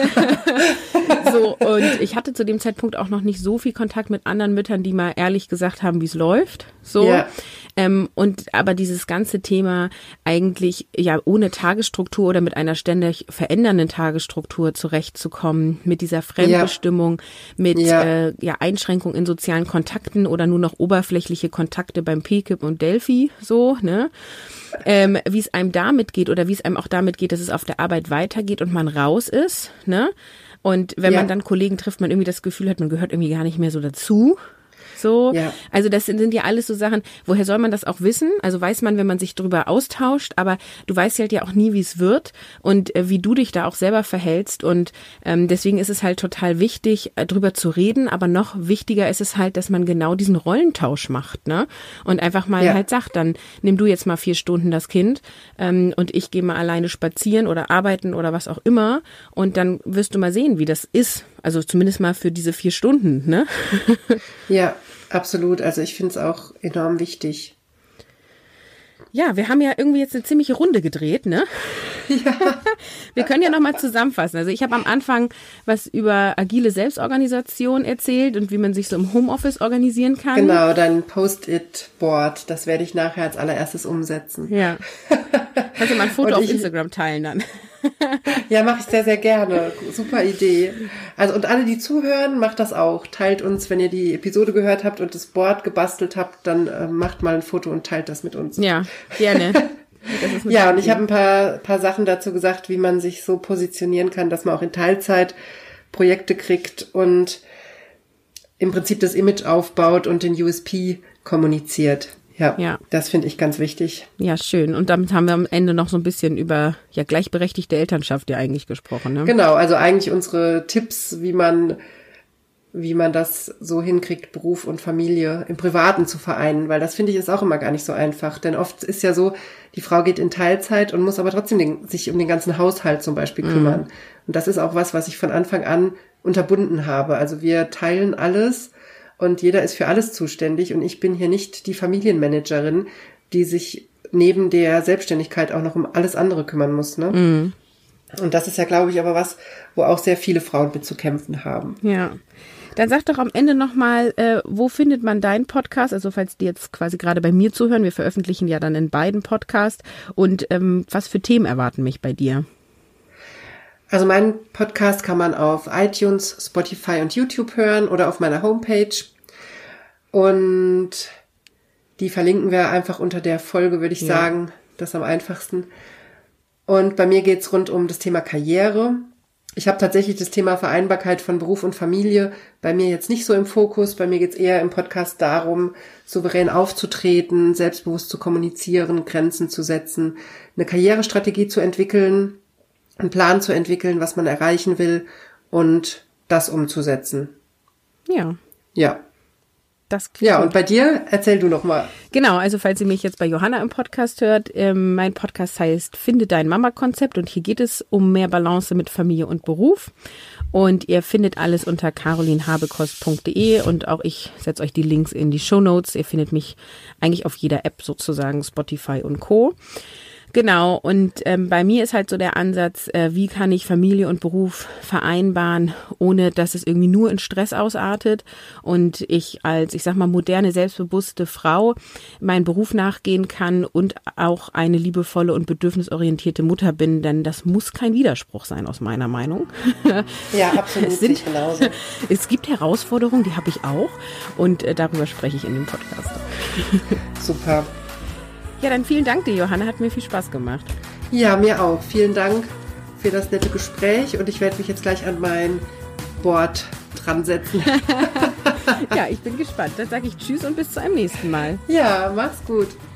S1: So, und ich hatte zu dem Zeitpunkt auch noch nicht so viel Kontakt mit anderen Müttern, die mal ehrlich gesagt haben, wie es läuft. So. Ja. Aber dieses ganze Thema eigentlich ja ohne Tagesstruktur oder mit einer ständig verändernden Tagesstruktur zurechtzukommen, mit dieser Fremdbestimmung, mit Einschränkung in sozialen Kontakten oder nur noch oberflächliche Kontakte beim PKIP und Delphi, so, ne? Wie es einem damit geht oder wie es einem auch damit geht, dass es auf der Arbeit weitergeht und man raus ist, ne? Und wenn man dann Kollegen trifft, man irgendwie das Gefühl hat, man gehört irgendwie gar nicht mehr so dazu. So,
S2: Ja.
S1: also das sind ja alles so Sachen, woher soll man das auch wissen? Also weiß man, wenn man sich drüber austauscht, aber du weißt halt ja auch nie, wie es wird und wie du dich da auch selber verhältst und deswegen ist es halt total wichtig, drüber zu reden, aber noch wichtiger ist es halt, dass man genau diesen Rollentausch macht, ne? Und einfach mal halt sagt, dann nimm du jetzt mal 4 Stunden das Kind und ich gehe mal alleine spazieren oder arbeiten oder was auch immer und dann wirst du mal sehen, wie das ist. Also zumindest mal für diese 4 Stunden, ne?
S2: Ja, absolut. Also ich finde es auch enorm wichtig.
S1: Ja, wir haben ja irgendwie jetzt eine ziemliche Runde gedreht, ne?
S2: Ja.
S1: Wir können ja nochmal zusammenfassen. Also ich habe am Anfang was über agile Selbstorganisation erzählt und wie man sich so im Homeoffice organisieren kann.
S2: Genau, dein Post-it-Board, das werde ich nachher als allererstes umsetzen.
S1: Ja. Kannst du mal ein Foto auf Instagram teilen dann?
S2: Ja, mache ich sehr, sehr gerne. Super Idee. Also und alle, die zuhören, macht das auch. Teilt uns, wenn ihr die Episode gehört habt und das Board gebastelt habt, dann macht mal ein Foto und teilt das mit uns.
S1: Ja, gerne.
S2: Ja, und ich habe ein paar Sachen dazu gesagt, wie man sich so positionieren kann, dass man auch in Teilzeit Projekte kriegt und im Prinzip das Image aufbaut und den USP kommuniziert. Ja, das finde ich ganz wichtig.
S1: Ja, schön. Und damit haben wir am Ende noch so ein bisschen über gleichberechtigte Elternschaft ja eigentlich gesprochen, ne?
S2: Genau, also eigentlich unsere Tipps, wie man das so hinkriegt, Beruf und Familie im Privaten zu vereinen, weil das finde ich ist auch immer gar nicht so einfach, denn oft ist ja so, die Frau geht in Teilzeit und muss aber trotzdem sich um den ganzen Haushalt zum Beispiel kümmern. Und das ist auch was ich von Anfang an unterbunden habe. Also wir teilen alles und jeder ist für alles zuständig und ich bin hier nicht die Familienmanagerin, die sich neben der Selbstständigkeit auch noch um alles andere kümmern muss, ne? Mhm. Und das ist ja, glaube ich, aber was, wo auch sehr viele Frauen mit zu kämpfen haben.
S1: Ja. Dann sag doch am Ende nochmal, wo findet man deinen Podcast? Also falls die jetzt quasi gerade bei mir zuhören, wir veröffentlichen ja dann in beiden Podcasts. Und was für Themen erwarten mich bei dir?
S2: Also meinen Podcast kann man auf iTunes, Spotify und YouTube hören oder auf meiner Homepage. Und die verlinken wir einfach unter der Folge, würde ich sagen. Das ist am einfachsten. Und bei mir geht's rund um das Thema Karriere. Ich habe tatsächlich das Thema Vereinbarkeit von Beruf und Familie bei mir jetzt nicht so im Fokus. Bei mir geht's eher im Podcast darum, souverän aufzutreten, selbstbewusst zu kommunizieren, Grenzen zu setzen, eine Karrierestrategie zu entwickeln, einen Plan zu entwickeln, was man erreichen will und das umzusetzen.
S1: Ja.
S2: Ja.
S1: Das klingt gut.
S2: Und bei dir, erzähl du noch mal.
S1: Genau, also falls ihr mich jetzt bei Johanna im Podcast hört, mein Podcast heißt Finde dein Mama-Konzept und hier geht es um mehr Balance mit Familie und Beruf und ihr findet alles unter carolinhabekost.de und auch ich setze euch die Links in die Shownotes. Ihr findet mich eigentlich auf jeder App sozusagen, Spotify und Co. Genau, und bei mir ist halt so der Ansatz, wie kann ich Familie und Beruf vereinbaren, ohne dass es irgendwie nur in Stress ausartet und ich als, ich sag mal, moderne, selbstbewusste Frau meinen Beruf nachgehen kann und auch eine liebevolle und bedürfnisorientierte Mutter bin, denn das muss kein Widerspruch sein aus meiner Meinung.
S2: Ja, absolut, sehe ich genauso.
S1: Es gibt Herausforderungen, die habe ich auch und darüber spreche ich in dem Podcast.
S2: Super.
S1: Ja, dann vielen Dank dir, Johanna. Hat mir viel Spaß gemacht.
S2: Ja, mir auch. Vielen Dank für das nette Gespräch und ich werde mich jetzt gleich an mein Board dran setzen.
S1: Ja, ich bin gespannt. Dann sage ich Tschüss und bis zu einem nächsten Mal.
S2: Ja, mach's gut.